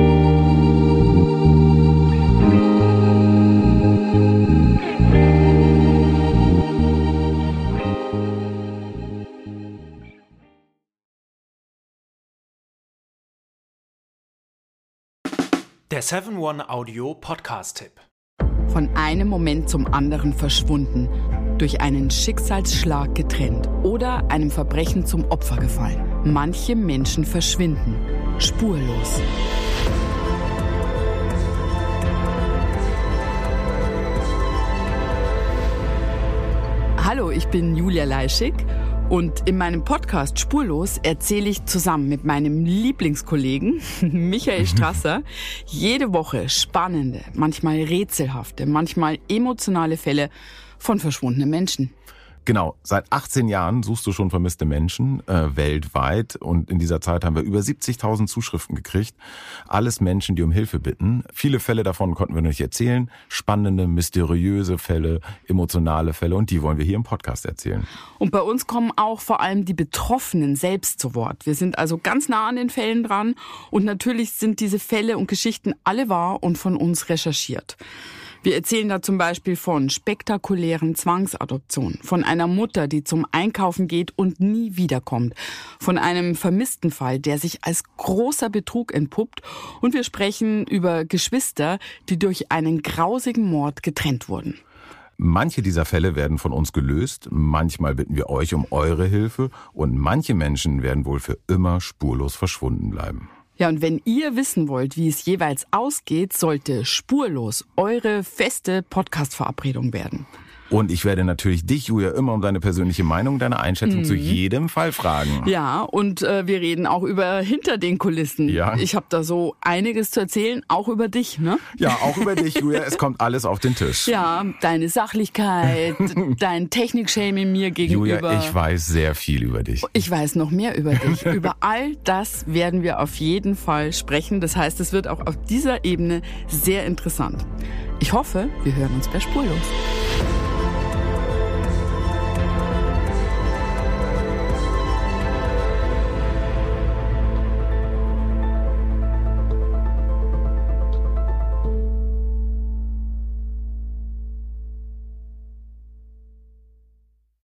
Der 7-One Audio Podcast-Tipp. Von einem Moment zum anderen verschwunden, durch einen Schicksalsschlag getrennt oder einem Verbrechen zum Opfer gefallen. Manche Menschen verschwinden spurlos. Hallo, ich bin Julia Leischig. Und in meinem Podcast Spurlos erzähle ich zusammen mit meinem Lieblingskollegen Michael Strasser jede Woche spannende, manchmal rätselhafte, manchmal emotionale Fälle von verschwundenen Menschen. Genau, seit 18 Jahren suchst du schon vermisste Menschen weltweit und in dieser Zeit haben wir über 70.000 Zuschriften gekriegt. Alles Menschen, die um Hilfe bitten. Viele Fälle davon konnten wir nicht erzählen. Spannende, mysteriöse Fälle, emotionale Fälle und die wollen wir hier im Podcast erzählen. Und bei uns kommen auch vor allem die Betroffenen selbst zu Wort. Wir sind also ganz nah an den Fällen dran und natürlich sind diese Fälle und Geschichten alle wahr und von uns recherchiert. Wir erzählen da zum Beispiel von spektakulären Zwangsadoptionen, von einer Mutter, die zum Einkaufen geht und nie wiederkommt, von einem vermissten Fall, der sich als großer Betrug entpuppt und wir sprechen über Geschwister, die durch einen grausigen Mord getrennt wurden. Manche dieser Fälle werden von uns gelöst, manchmal bitten wir euch um eure Hilfe und manche Menschen werden wohl für immer spurlos verschwunden bleiben. Ja, und wenn ihr wissen wollt, wie es jeweils ausgeht, sollte Spurlos eure feste Podcast-Verabredung werden. Und ich werde natürlich dich, Julia, immer um deine persönliche Meinung, deine Einschätzung zu jedem Fall fragen. Ja, und wir reden auch über hinter den Kulissen. Ja. Ich habe da so einiges zu erzählen, auch über dich, ne? Ja, auch über dich, Julia. Es kommt alles auf den Tisch. Ja, deine Sachlichkeit, dein Technik-Shaming mir gegenüber. Julia, ich weiß sehr viel über dich. Ich weiß noch mehr über dich. Über all das werden wir auf jeden Fall sprechen. Das heißt, es wird auch auf dieser Ebene sehr interessant. Ich hoffe, wir hören uns bei Spurlos.